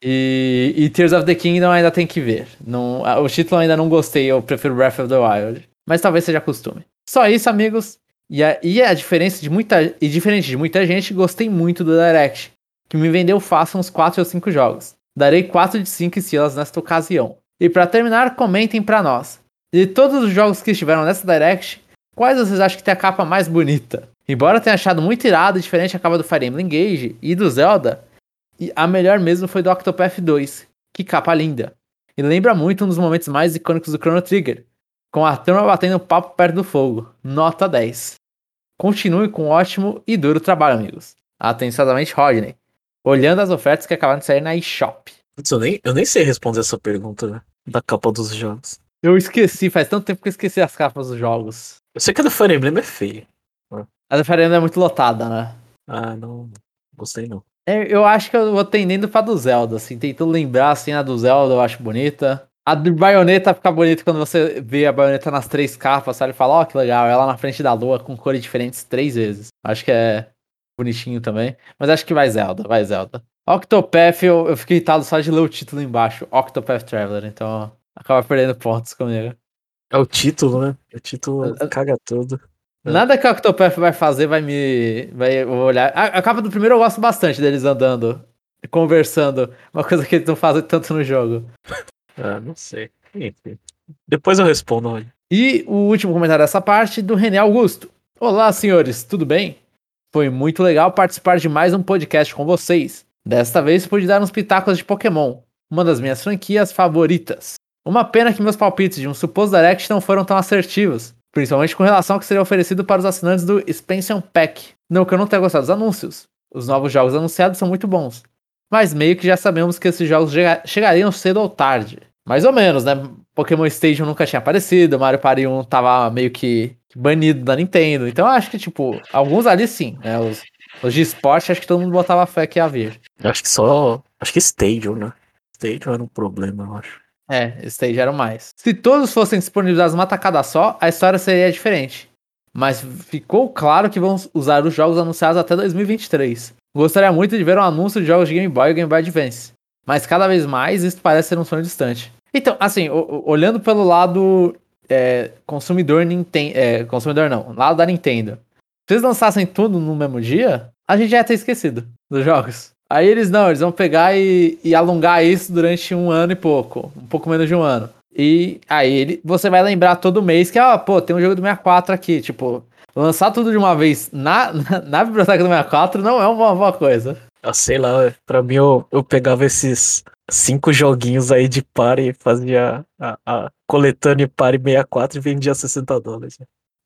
S2: E, e Tears of the Kingdom ainda tem que ver. Não, a- o título eu ainda não gostei, eu prefiro Breath of the Wild. Mas talvez seja costume. Só isso, amigos. E a, e a diferença de muita. E diferente de muita gente, gostei muito do Direct. Que me vendeu fácil uns quatro ou cinco jogos. Darei quatro de cinco estrelas nesta ocasião. E pra terminar, comentem pra nós. De todos os jogos que estiveram nessa Direct, quais vocês acham que tem a capa mais bonita? Embora eu tenha achado muito irado e diferente a capa do Fire Emblem Engage e do Zelda, e a melhor mesmo foi do Octopath dois. Que capa linda. E lembra muito um dos momentos mais icônicos do Chrono Trigger, com a turma batendo papo perto do fogo. Nota dez. Continue com um ótimo e duro trabalho, amigos. Atenciosamente, Rodney. Olhando as ofertas que acabaram de sair na eShop.
S1: Putz, eu nem, eu nem sei responder essa pergunta, né? Da capa dos jogos.
S2: Eu esqueci, faz tanto tempo que eu esqueci as capas dos jogos.
S1: Eu sei que a do Fire Emblem é feia.
S2: A do Fire Emblem é muito lotada, né?
S1: Ah, não gostei não.
S2: É, eu acho que eu vou tendendo pra do Zelda, assim, tentando lembrar, assim, a do Zelda eu acho bonita. A do Bayonetta fica bonita quando você vê a Bayonetta nas três capas, sabe? E fala, ó, que legal, ela na frente da lua com cores diferentes três vezes. Acho que é bonitinho também. Mas acho que vai Zelda, vai Zelda. Octopath, eu, eu fiquei irritado só de ler o título embaixo, Octopath Traveler, então acaba perdendo pontos comigo.
S1: É o título, né? O título caga tudo. É.
S2: Nada que o Octopath vai fazer vai me. Vai eu vou olhar. A, a capa do primeiro eu gosto bastante deles andando, conversando. Uma coisa que eles não fazem tanto no jogo.
S1: Ah, não sei. Enfim. Depois eu respondo, olha.
S2: E o último comentário dessa parte do René Augusto. Olá, senhores, tudo bem? Foi muito legal participar de mais um podcast com vocês. Desta vez pude dar uns pitacos de Pokémon, uma das minhas franquias favoritas. Uma pena que meus palpites de um suposto Direct não foram tão assertivos, principalmente com relação ao que seria oferecido para os assinantes do Expansion Pack. Não que eu não tenha gostado dos anúncios. Os novos jogos anunciados são muito bons. Mas meio que já sabemos que esses jogos chega- chegariam cedo ou tarde. Mais ou menos, né? Pokémon Stadium nunca tinha aparecido, Mario Party um tava meio que banido da Nintendo. Então eu acho que, tipo, alguns ali sim, né? Os, os de esporte, acho que todo mundo botava fé que ia vir.
S1: Eu acho que só. Acho que Stadium, né? Stadium era um problema, eu acho.
S2: É, Stage eram mais. Se todos fossem disponibilizados uma tacada só, a história seria diferente. Mas ficou claro que vão usar os jogos anunciados até dois mil e vinte e três. Gostaria muito de ver um anúncio de jogos de Game Boy e Game Boy Advance. Mas cada vez mais isso parece ser um sonho distante. Então, assim, o- o- olhando pelo lado é, consumidor Nintendo. É, consumidor não, lado da Nintendo. Se eles lançassem tudo no mesmo dia, a gente já ia ter esquecido dos jogos. Aí eles não, eles vão pegar e, e alongar isso durante um ano e pouco. Um pouco menos de um ano. E aí ele, você vai lembrar todo mês que, ah, pô, tem um jogo do sessenta e quatro aqui. Tipo, lançar tudo de uma vez na, na, na biblioteca do sessenta e quatro não é uma boa coisa.
S1: Ah, sei lá, pra mim eu, eu pegava esses cinco joguinhos aí de party e fazia a, a coletânea party sessenta e quatro e vendia sessenta dólares.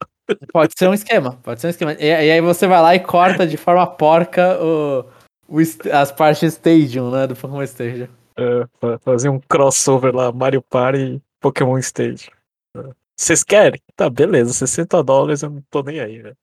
S2: Pode ser um esquema, pode ser um esquema. E, e aí você vai lá e corta de forma porca o, o est- as partes Stadium, né, do Pokémon Stadium.
S1: É, fa- fazia um crossover lá, Mario Party e Pokémon Stage. É. Vocês querem? Tá, beleza, sessenta dólares eu não tô nem aí, velho.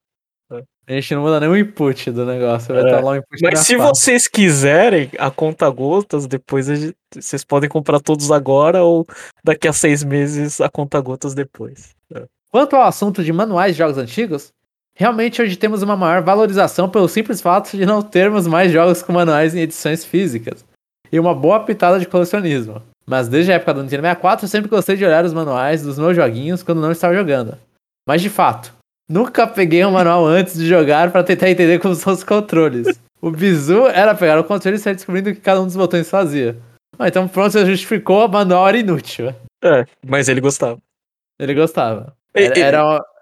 S2: A gente não muda nem o input do negócio, vai
S1: É,
S2: estar lá o input
S1: Mas se
S2: gravado.
S1: vocês quiserem, a conta gotas, depois a gente- vocês podem comprar todos agora ou daqui a seis meses a conta gotas depois. É.
S2: Quanto ao assunto de manuais de jogos antigos, realmente hoje temos uma maior valorização pelo simples fato de não termos mais jogos com manuais em edições físicas, e uma boa pitada de colecionismo. Mas desde a época do Nintendo sessenta e quatro eu sempre gostei de olhar os manuais dos meus joguinhos quando não estava jogando. Mas de fato, nunca peguei um manual antes de jogar para tentar entender como são os controles. O bizu era pegar o controle e sair descobrindo o que cada um dos botões fazia. Ah, então pronto, você justificou, o manual era inútil.
S1: É, mas ele gostava.
S2: Ele gostava.
S1: E-
S2: Era,
S1: e-
S2: era,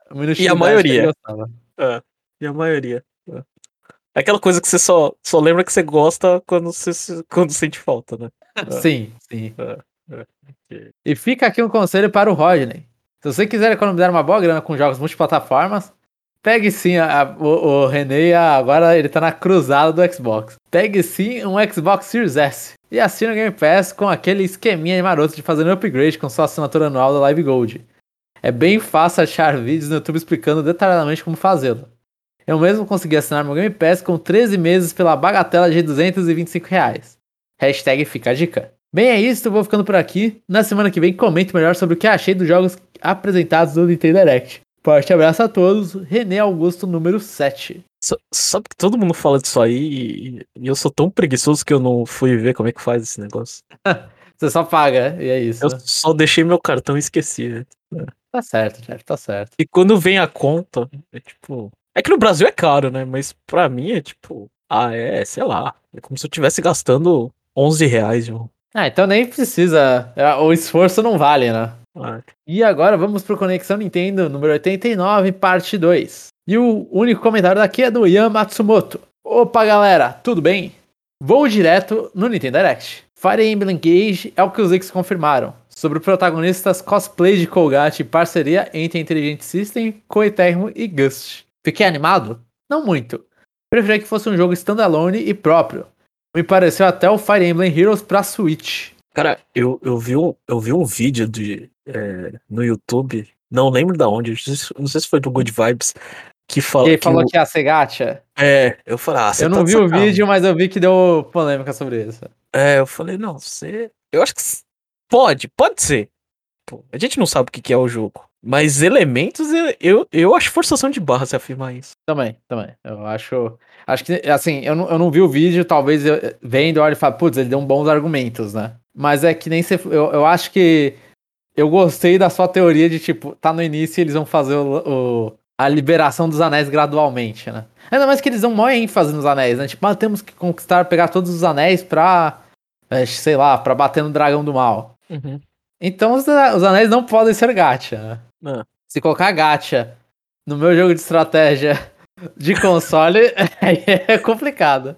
S2: Uma
S1: E a
S2: inutilidade que ele
S1: maioria.
S2: gostava.
S1: É, e a maioria. É. É aquela coisa que você só, só lembra que você gosta quando você se- quando sente falta, né? É,
S2: Sim, sim.
S1: é, é. Ok.
S2: E fica aqui um conselho para o Rodney. Se você quiser economizar uma boa grana com jogos multiplataformas, pegue sim a, a- o, o René, a- agora ele tá na cruzada do Xbox. Pegue sim um Xbox Series S e assine o Game Pass com aquele esqueminha maroto de fazer um upgrade com sua assinatura anual da Live Gold. É bem fácil achar vídeos no YouTube explicando detalhadamente como fazê-lo. Eu mesmo consegui assinar meu Game Pass com treze meses pela bagatela de duzentos e vinte e cinco reais. Hashtag fica a dica. Bem, é isso, eu vou ficando por aqui. Na semana que vem comento melhor sobre o que achei dos jogos apresentados no Nintendo Direct. Forte abraço a todos, René Augusto número sete.
S1: Sa- Sabe que todo mundo fala disso aí e, e eu sou tão preguiçoso que eu não fui ver como é que faz esse negócio.
S2: Você só paga, e é isso.
S1: Eu só deixei meu cartão e esqueci, né? É.
S2: Tá certo, Jeff, tá certo.
S1: E quando vem a conta, é tipo. É que no Brasil é caro, né? Mas pra mim é tipo. Ah, é, sei lá. É como se eu estivesse gastando onze reais, João.
S2: Ah, então nem precisa. é, O esforço não vale, né?
S1: Ah,
S2: E agora vamos pro Conexão Nintendo número oitenta e nove, parte dois. E o único comentário daqui é do Ian Matsumoto. Opa, galera, tudo bem? Vou direto no Nintendo Direct. Fire Emblem Engage é o que os leaks confirmaram, sobre protagonistas cosplay de Colgate e parceria entre Intelligent System, Koei Tecmo e Gust. Fiquei animado? Não muito. Preferi que fosse um jogo standalone e próprio. Me pareceu até o Fire Emblem Heroes pra Switch.
S1: cara, eu, eu, vi um, eu vi um vídeo de, é, no YouTube, não lembro da onde, não sei se não sei se foi do Good Vibes, que
S2: E
S1: fala
S2: ele
S1: que
S2: falou
S1: o.
S2: que ia ser gacha.
S1: É, eu falei, ah, você
S2: Eu
S1: tá
S2: não
S1: de
S2: vi o
S1: sacanagem.
S2: vídeo, mas eu vi que deu polêmica sobre isso.
S1: É, eu falei, não, você. Eu acho que s- pode, pode ser. Pô, a gente não sabe o que que é o jogo. Mas elementos, eu, eu, eu acho forçação de barra se afirmar isso.
S2: Também, também. Eu acho. Acho que, assim, eu não, eu não vi o vídeo, talvez eu, vendo, eu olho e falo, putz, ele deu um bons argumentos, né? Mas é que nem você. Eu, eu acho que. Eu gostei da sua teoria de, tipo, tá no início e eles vão fazer o, o- a liberação dos anéis gradualmente, né? Ainda mais que eles dão maior ênfase nos anéis, né? Tipo, ah, temos que conquistar, pegar todos os anéis pra. é, sei lá, pra bater no dragão do mal.
S1: Uhum.
S2: Então os, os anéis não podem ser gacha, né?
S1: Ah,
S2: Se colocar gacha no meu jogo de estratégia de console, aí é complicado.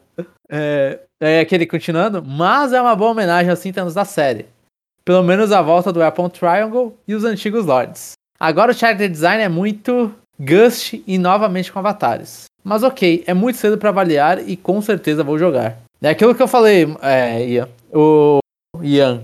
S2: É, é aquele continuando, mas é uma boa homenagem aos cinquenta anos da série. Pelo menos a volta do Weapon Triangle e os antigos Lords. Agora o character design é muito Gust e novamente com avatares. Mas ok, é muito cedo pra avaliar e com certeza vou jogar. É aquilo que eu falei, é, Ian. O Ian.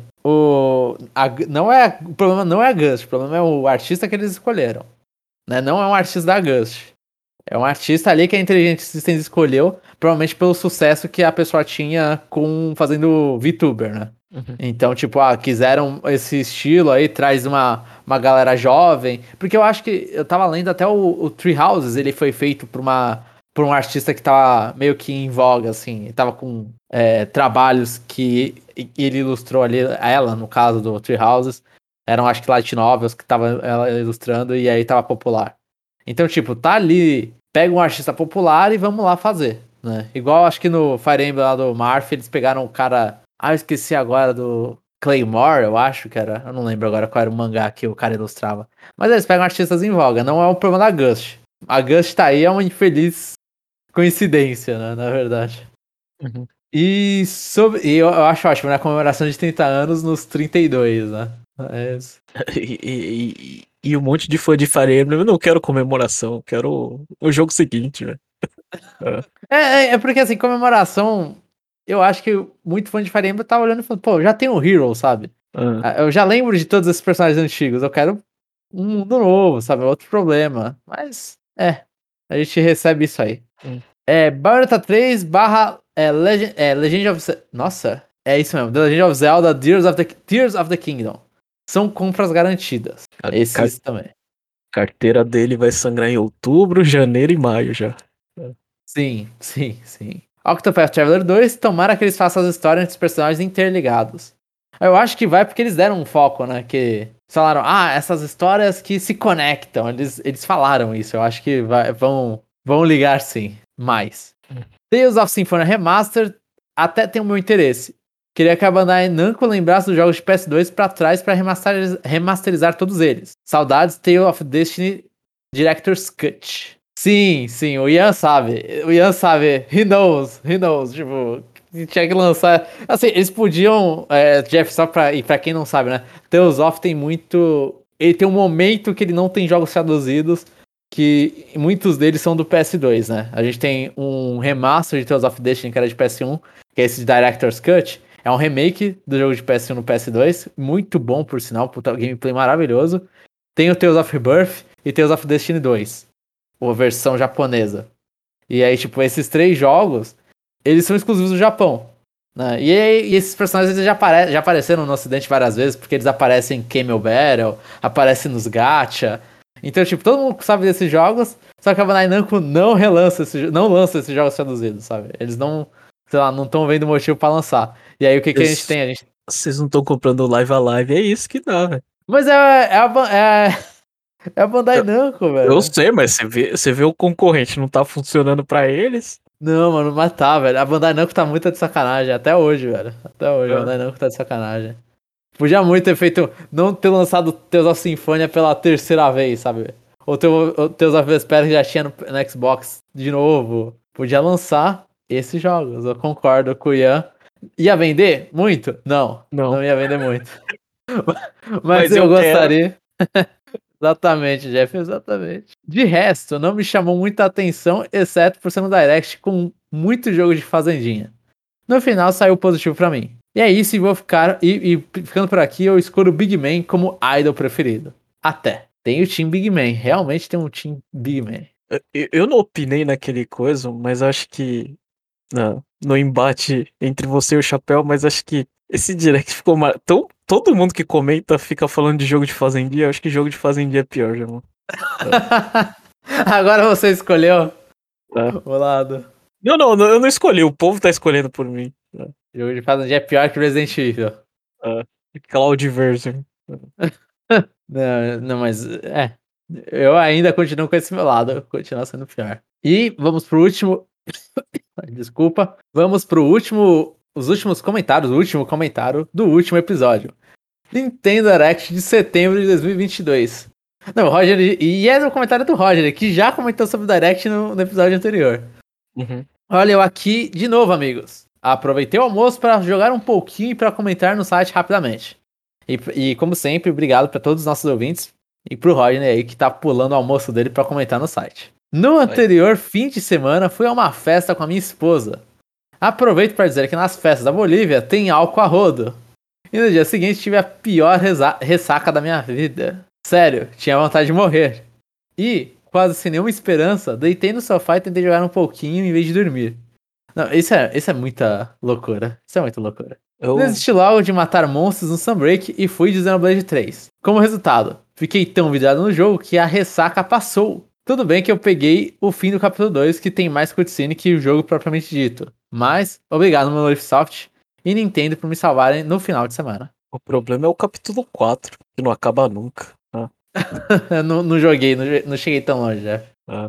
S2: O, a- não é, o problema não é a Gust, o problema é o artista que eles escolheram. Né? Não é um artista da Gust. É um artista ali que a Intelligent Systems escolheu, provavelmente pelo sucesso que a pessoa tinha com fazendo VTuber, né?
S1: uhum.
S2: Então, tipo, ah, quiseram esse estilo aí, traz uma, uma galera jovem. Porque eu acho que, eu tava lendo até o, o Tree Houses, ele foi feito por uma por um artista que tava meio que em voga, assim. Tava com é, trabalhos que ele ilustrou ali, ela, no caso do Tree Houses. Eram, acho que, light novels que tava ela ilustrando e aí tava popular. Então, tipo, tá ali, pega um artista popular e vamos lá fazer, né? Igual, acho que no Fire Emblem lá do Marth, eles pegaram o cara... Ah, eu esqueci agora do Claymore, eu acho que era. Eu não lembro agora qual era o mangá que o cara ilustrava. Mas eles pegam artistas em voga, não é um problema da Gust. A Gust tá aí, é uma infeliz coincidência, né? Na verdade.
S1: Uhum.
S2: E, sobre, e eu, eu acho ótimo, né? A comemoração de trinta anos nos trinta e dois, né? É isso.
S1: E, e, e- e um monte de fã de Fire Emblem, eu não quero comemoração, eu quero o, o jogo seguinte, velho. É.
S2: É, é, é porque, assim, comemoração. Eu acho que muito fã de Fire Emblem tá olhando e falando, pô, já tem o Hero, sabe?
S1: Ah,
S2: Ah, eu já lembro de todos esses personagens antigos. Eu quero um mundo novo, sabe? Outro problema. Mas, é. A gente recebe isso aí.
S1: Hum.
S2: É Bayonetta três barra é, Legend, é, Legend of Zelda. Nossa, é isso mesmo. The Legend of Zelda Tears of the, Tears of the Kingdom. São compras garantidas.
S1: a
S2: Esses
S1: car-
S2: também.
S1: carteira dele vai sangrar em outubro, janeiro e maio já.
S2: Sim, sim, sim. Octopath Traveler dois, tomara que eles façam as histórias entre os personagens interligados. Eu acho que vai porque eles deram um foco, né? Que falaram, ah, essas histórias que se conectam. Eles, eles falaram isso. Eu acho que vai- vão, vão ligar sim. Mais. Tales of Symphonia Remastered até tem o meu interesse. Queria que a Bandai Namco lembrasse dos jogos de P S dois pra trás pra remasterizar, remasterizar todos eles. Saudades, Tale of Destiny Director's Cut. Sim, sim, o Ian sabe. O Ian sabe. He knows, he knows. Tipo, tinha que lançar. Assim, eles podiam. É, Jeff, só pra. E pra quem não sabe, né? Tales of tem muito. Ele tem um momento que ele não tem jogos traduzidos. Que muitos deles são do P S dois, né? A gente tem um remaster de Tales of Destiny que era de P S um, que é esse de Director's Cut. É um remake do jogo de P S um no P S dois. Muito bom, por sinal. Puta, gameplay maravilhoso. Tem o Tales of Rebirth e Tales of Destiny dois. A versão japonesa. E aí, tipo, esses três jogos, eles são exclusivos do Japão. Né? E, e esses personagens eles já, apare já apareceram no ocidente várias vezes, porque eles aparecem em Camel Battle, aparecem nos gacha. Então, tipo, todo mundo sabe desses jogos, só que a Bandai Namco não relança, esse, não lança esses jogos traduzidos, sabe? Eles não, sei lá, não estão vendo motivo pra lançar. E aí, o que, que a gente tem? A gente...
S1: Vocês não estão comprando live a live, é isso que dá, velho.
S2: Mas é, é a... É... É a Bandai Namco, velho.
S1: Eu sei, mas você vê, você vê o concorrente não tá funcionando pra eles.
S2: Não, mano, mas tá, velho. A Bandai Namco tá muito de sacanagem, até hoje, velho. Até hoje, é. A Bandai Namco tá de sacanagem. Podia muito ter feito, não ter lançado Tales of Symphonia pela terceira vez, sabe? Ou Tales of Vesperia que já tinha no, no Xbox de novo. Podia lançar esses jogos, eu concordo com o Ian. Ia vender muito? Não, não, não ia vender muito. mas, mas eu, eu gostaria... Exatamente, Jeff, exatamente. De resto, não me chamou muita atenção, exceto por ser um Direct com muito jogo de fazendinha. No final, saiu positivo pra mim. E é isso, e vou ficar. E, e ficando por aqui, eu escolho o Big Man como idol preferido. Até. Tem o Team Big Man, realmente tem um Team Big Man.
S1: Eu, eu não opinei naquele coisa, mas acho que. Não, no embate entre você e o Chapéu, mas acho que esse direct ficou mar... Tão, todo mundo que comenta fica falando de jogo de fazendinha. Eu acho que jogo de fazendinha é pior, já, mano.
S2: É. Agora você escolheu é. o lado.
S1: Não, não, eu não escolhi. O povo tá escolhendo por mim. É.
S2: Jogo de fazendinha é pior que Resident Evil.
S1: É. Cloudverse.
S2: não, não, mas é. Eu ainda continuo com esse meu lado. Continua sendo pior. E vamos pro último. Desculpa. Vamos pro último. Os últimos comentários. O último comentário do último episódio. Nintendo Direct de setembro de dois mil e vinte e dois. Não, Roger. E é o comentário do Roger, que já comentou sobre o Direct no, no episódio anterior.
S1: Uhum.
S2: Olha eu aqui de novo, amigos. Aproveitei o almoço para jogar um pouquinho e para comentar no site rapidamente. E, e como sempre, obrigado para todos os nossos ouvintes. E pro Roger aí que tá pulando o almoço dele para comentar no site. No anterior fim de semana, fui a uma festa com a minha esposa. Aproveito para dizer que nas festas da Bolívia tem álcool a rodo. E no dia seguinte tive a pior ressaca da minha vida. Sério, tinha vontade de morrer. E, quase sem nenhuma esperança, deitei no sofá e tentei jogar um pouquinho em vez de dormir. Não, isso é, isso é muita loucura. Isso é muita loucura. Eu... Desisti logo de matar monstros no Sunbreak e fui de Xenoblade três. Como resultado, fiquei tão vidrado no jogo que a ressaca passou. Tudo bem que eu peguei o fim do capítulo dois, que tem mais cutscene que o jogo propriamente dito. Mas, obrigado Monolithsoft e Nintendo por me salvarem no final de semana.
S1: O problema é o capítulo quatro, que não acaba nunca. Ah.
S2: não, não joguei, não, não cheguei tão longe, já.
S1: Ah.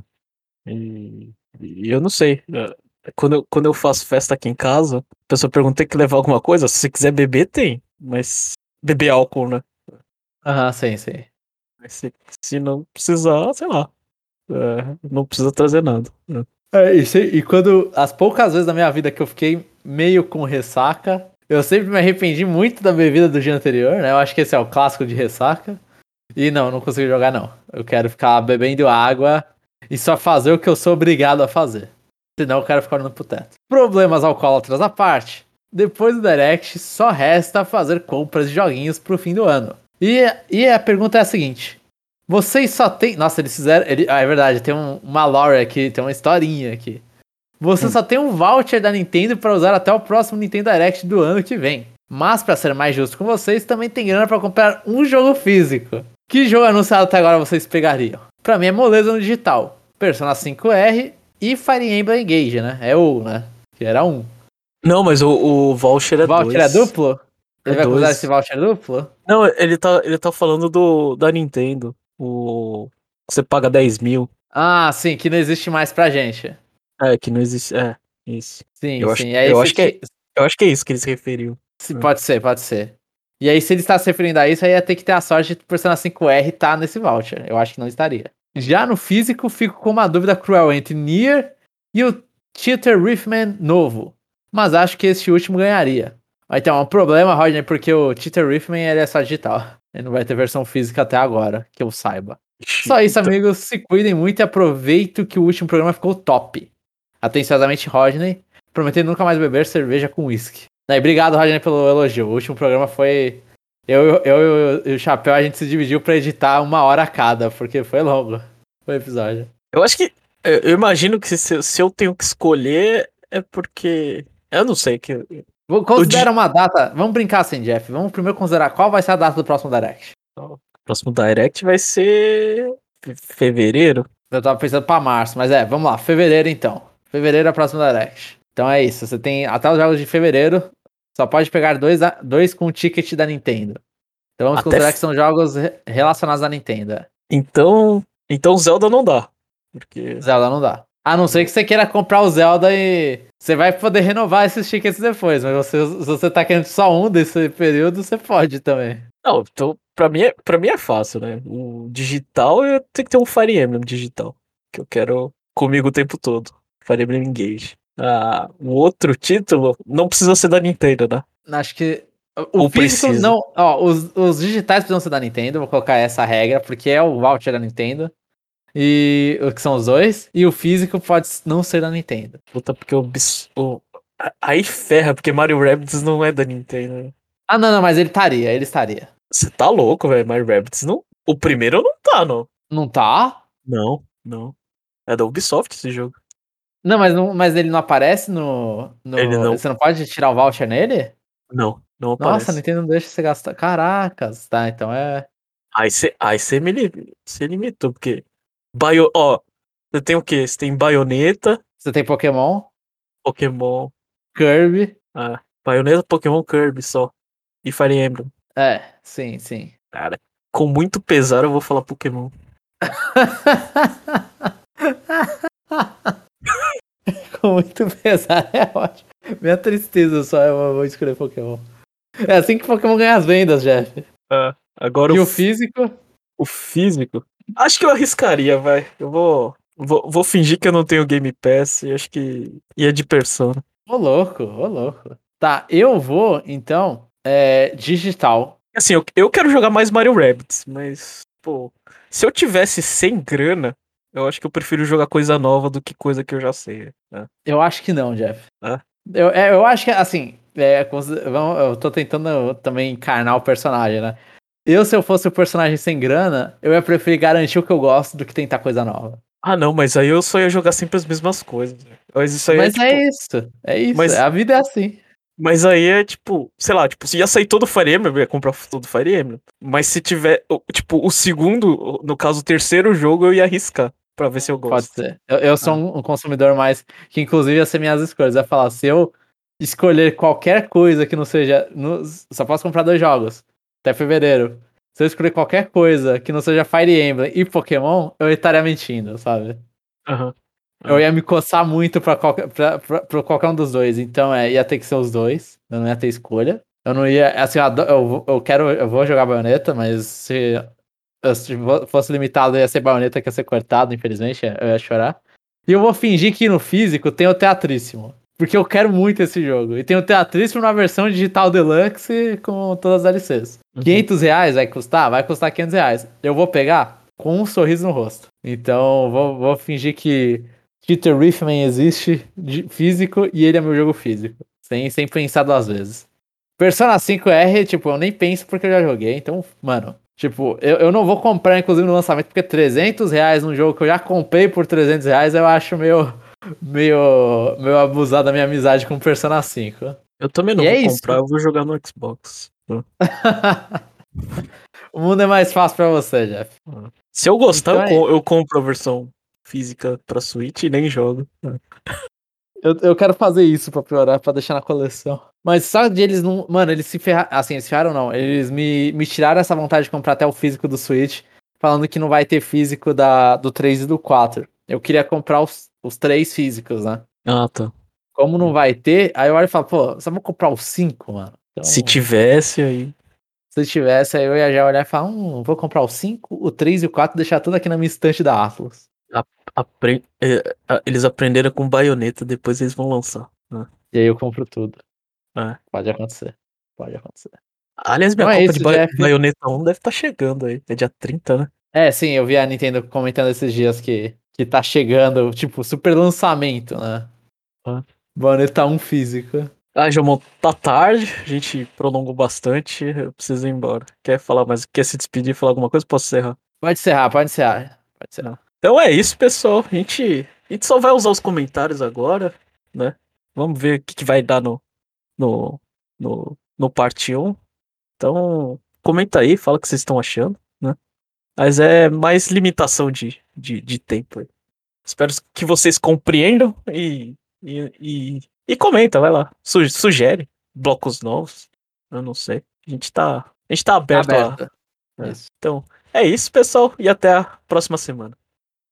S1: E, e eu não sei. Quando eu, quando eu faço festa aqui em casa, a pessoa pergunta: tem que levar alguma coisa? Se você quiser beber, tem. Mas beber álcool, né?
S2: Aham, sim, sim.
S1: Mas se, se não precisar, sei lá. É, não precisa trazer nada.
S2: É, e, e quando. As poucas vezes da minha vida que eu fiquei meio com ressaca, eu sempre me arrependi muito da bebida do dia anterior, né? Eu acho que esse é o clássico de ressaca. E não, não consigo jogar, não. Eu quero ficar bebendo água e só fazer o que eu sou obrigado a fazer. Senão eu quero ficar olhando pro teto. Problemas alcoólatras à parte. Depois do Direct, só resta fazer compras de joguinhos pro fim do ano. E, e a pergunta é a seguinte. Vocês só tem... Nossa, eles fizeram... Ele... Ah, é verdade, tem um, uma lore aqui, tem uma historinha aqui. Você hum. só tem um voucher da Nintendo para usar até o próximo Nintendo Direct do ano que vem. Mas, para ser mais justo com vocês, também tem grana para comprar um jogo físico. Que jogo anunciado até agora vocês pegariam? Pra mim é moleza no digital. Persona cinco R e Fire Emblem Engage, né? É o, né? Que era um.
S1: Não, mas o, o voucher é
S2: voucher dois. É duplo? Ele
S1: é
S2: vai
S1: dois.
S2: usar esse voucher duplo?
S1: Não, ele tá, ele tá falando do da Nintendo. O... Você paga dez mil.
S2: Ah, sim, que não existe mais pra gente.
S1: É, que não existe... É, isso.
S2: Sim,
S1: eu
S2: sim.
S1: Acho, eu, acho que é, eu acho que é isso que ele se referiu.
S2: Sim, pode ser, pode ser. E aí, se ele está se referindo a isso, aí ia ter que ter a sorte de Persona cinco R estar nesse voucher. Eu acho que não estaria. Já no físico, fico com uma dúvida cruel entre Nier e o Cheater Riffman novo. Mas acho que esse último ganharia. Vai ter um problema, Rodney, porque o Cheater Riffman ele é só digital. Ele não vai ter versão física até agora, que eu saiba. Só isso, amigos. Se cuidem muito e aproveitem que o último programa ficou top. Atenciosamente, Rodney. Prometendo nunca mais beber cerveja com uísque. E obrigado, Rodney, pelo elogio. O último programa foi... Eu, eu, eu e o Chapéu, a gente se dividiu pra editar uma hora a cada, porque foi longo o episódio.
S1: Eu acho que... Eu imagino que se, se eu tenho que escolher, é porque... Eu não sei, que...
S2: Considera uma data... Vamos brincar assim, Jeff. Vamos primeiro considerar qual vai ser a data do próximo Direct.
S1: O próximo Direct vai ser... fevereiro?
S2: Eu tava pensando pra março, mas é, vamos lá. Fevereiro, então. Fevereiro é a próxima Direct. Então é isso. Você tem até os jogos de fevereiro. Só pode pegar dois, dois com o ticket da Nintendo. Então vamos até considerar f... que são jogos relacionados à Nintendo.
S1: Então, então Zelda não dá. Porque...
S2: Zelda não dá. A não ser que você queira comprar o Zelda e você vai poder renovar esses tickets depois. Mas você, se você tá querendo só um desse período, você pode também.
S1: Não, então pra mim, é, pra mim é fácil, né? O digital, eu tenho que ter um Fire Emblem digital. Que eu quero comigo o tempo todo. Fire Emblem Engage. Ah, o outro título não precisa ser da Nintendo, né?
S2: Acho que o Ou físico precisa. Não... Ó, os, os digitais precisam ser da Nintendo, vou colocar essa regra, porque é o voucher da Nintendo. E o que são os dois. E o físico pode não ser da Nintendo.
S1: Puta, porque o... o... Aí ferra, porque Mario Rabbids não é da Nintendo.
S2: Ah, não, não, mas ele estaria, ele estaria.
S1: Você tá louco, velho, Mario Rabbids não... O primeiro não tá, não.
S2: Não tá?
S1: Não, não. É da Ubisoft esse jogo.
S2: Não, mas, não, mas ele não aparece no, no...
S1: Ele não.
S2: Você não pode tirar o voucher nele?
S1: Não, não aparece.
S2: Nossa, a Nintendo não deixa você gastar. Caracas, tá, então é...
S1: Aí você aí cê me cê limitou, porque... Bio... Ó, você tem o quê? Você tem Bayonetta.
S2: Você tem Pokémon.
S1: Pokémon.
S2: Kirby.
S1: Ah, Bayonetta, Pokémon, Kirby só. E Fire Emblem.
S2: É, sim, sim.
S1: Cara, com muito pesar eu vou falar Pokémon.
S2: Com muito pesar, é ótimo. Minha tristeza só, eu vou escolher Pokémon. É assim que Pokémon ganha as vendas, Jeff.
S1: Ah, agora
S2: e
S1: o,
S2: o físico?
S1: O físico? Acho que eu arriscaria, vai. Eu vou, vou, vou fingir que eu não tenho Game Pass e acho que ia de Persona.
S2: Ô louco, ô louco. Tá, eu vou, então, é, digital.
S1: Assim, eu, eu quero jogar mais Mario Rabbids, mas, pô, se eu tivesse sem grana, eu acho que eu prefiro jogar coisa nova do que coisa que eu já sei. Né?
S2: Eu acho que não, Jeff.
S1: Ah.
S2: Eu, é, eu acho que, assim, é, eu tô tentando também encarnar o personagem, né? Eu, se eu fosse o personagem sem grana, eu ia preferir garantir o que eu gosto do que tentar coisa nova.
S1: Ah, não, mas aí eu só ia jogar sempre as mesmas coisas. Mas isso aí
S2: mas
S1: é, tipo...
S2: é isso, é isso,
S1: mas...
S2: a vida é assim.
S1: Mas aí é tipo, sei lá, tipo, se ia sair todo o Fire Emblem, eu ia comprar todo o Fire Emblem. Mas se tiver, tipo, o segundo, no caso, o terceiro jogo, eu ia arriscar pra ver se eu gosto.
S2: Pode ser. Eu, eu sou ah. um consumidor mais, que inclusive ia ser minhas escolhas. Ia falar, se eu escolher qualquer coisa que não seja, no, só posso comprar dois jogos, até fevereiro. Se eu escolher qualquer coisa que não seja Fire Emblem e Pokémon, eu estaria mentindo, sabe?
S1: Aham. Uhum.
S2: Eu ia me coçar muito pra qualquer, pra, pra, pra qualquer um dos dois. Então, é, ia ter que ser os dois. Eu não ia ter escolha. Eu não ia... Assim, eu, eu, eu quero... Eu vou jogar Bayonetta, mas se eu se fosse limitado, ia ser Bayonetta que ia ser cortado, infelizmente. Eu ia chorar. E eu vou fingir que no físico tem o Teatríssimo. Porque eu quero muito esse jogo. E tem o Teatríssimo na versão digital deluxe com todas as D L Cs. Uhum. quinhentos reais vai custar? Vai custar quinhentos reais. Eu vou pegar com um sorriso no rosto. Então, vou, vou fingir que Cheater Riffman existe físico e ele é meu jogo físico. Sem, sem pensar duas vezes. Persona cinco R, tipo, eu nem penso porque eu já joguei. Então, mano, tipo, eu, eu não vou comprar, inclusive, no lançamento, porque trezentos reais num jogo que eu já comprei por trezentos reais, eu acho meio, meio, meio abusado da minha amizade com Persona cinco.
S1: Eu também não
S2: e
S1: vou
S2: é
S1: comprar,
S2: isso.
S1: eu vou jogar no Xbox.
S2: O mundo é mais fácil pra você, Jeff.
S1: Se eu gostar,
S2: então
S1: eu, com, eu compro a versão física pra Switch e nem jogo.
S2: Eu, eu quero fazer isso pra piorar, pra deixar na coleção. Mas só de eles não... Mano, eles se ferraram... Assim, eles ferraram não. Eles me, me tiraram essa vontade de comprar até o físico do Switch, falando que não vai ter físico da, do três e do quatro. Eu queria comprar os, os três físicos, né?
S1: Ah, tá.
S2: Como não vai ter, aí eu olho e falo, pô, só vou comprar os cinco, mano. Então...
S1: Se tivesse, aí...
S2: Se tivesse, aí eu ia já olhar e falar, hum, vou comprar o cinco, o três e o quatro, deixar tudo aqui na minha estante da Atlas.
S1: A- apre- é, a- eles aprenderam com baioneta, depois eles vão lançar. Né?
S2: E aí eu compro tudo.
S1: É.
S2: Pode acontecer. Pode acontecer.
S1: Aliás, minha
S2: Então é
S1: compra de
S2: isso,
S1: ba
S2: Jeff.
S1: baioneta um deve estar chegando aí. É dia trinta, né?
S2: É, sim, eu vi a Nintendo comentando esses dias que, que tá chegando, tipo, super lançamento, né?
S1: Ah,
S2: Bayonetta um físico.
S1: Ah, Jomon, tá tarde, a gente prolongou bastante, eu preciso ir embora. Quer falar mais? Quer se despedir, falar alguma coisa? Posso encerrar?
S2: Pode encerrar, pode encerrar. Pode encerrar.
S1: Não. Então é isso, pessoal. A gente, a gente só vai usar os comentários agora, né? Vamos ver o que, que vai dar no, no, no, no parte um. Então, comenta aí, fala o que vocês estão achando, né? Mas é mais limitação de, de, de tempo aí. Espero que vocês compreendam e, e, e, e comenta, vai lá. Su- sugere blocos novos. Eu não sei. A gente tá, a gente tá
S2: Tá
S1: aberto a.
S2: aberta.
S1: É.
S2: Isso.
S1: Então, é isso, pessoal, e até a próxima semana.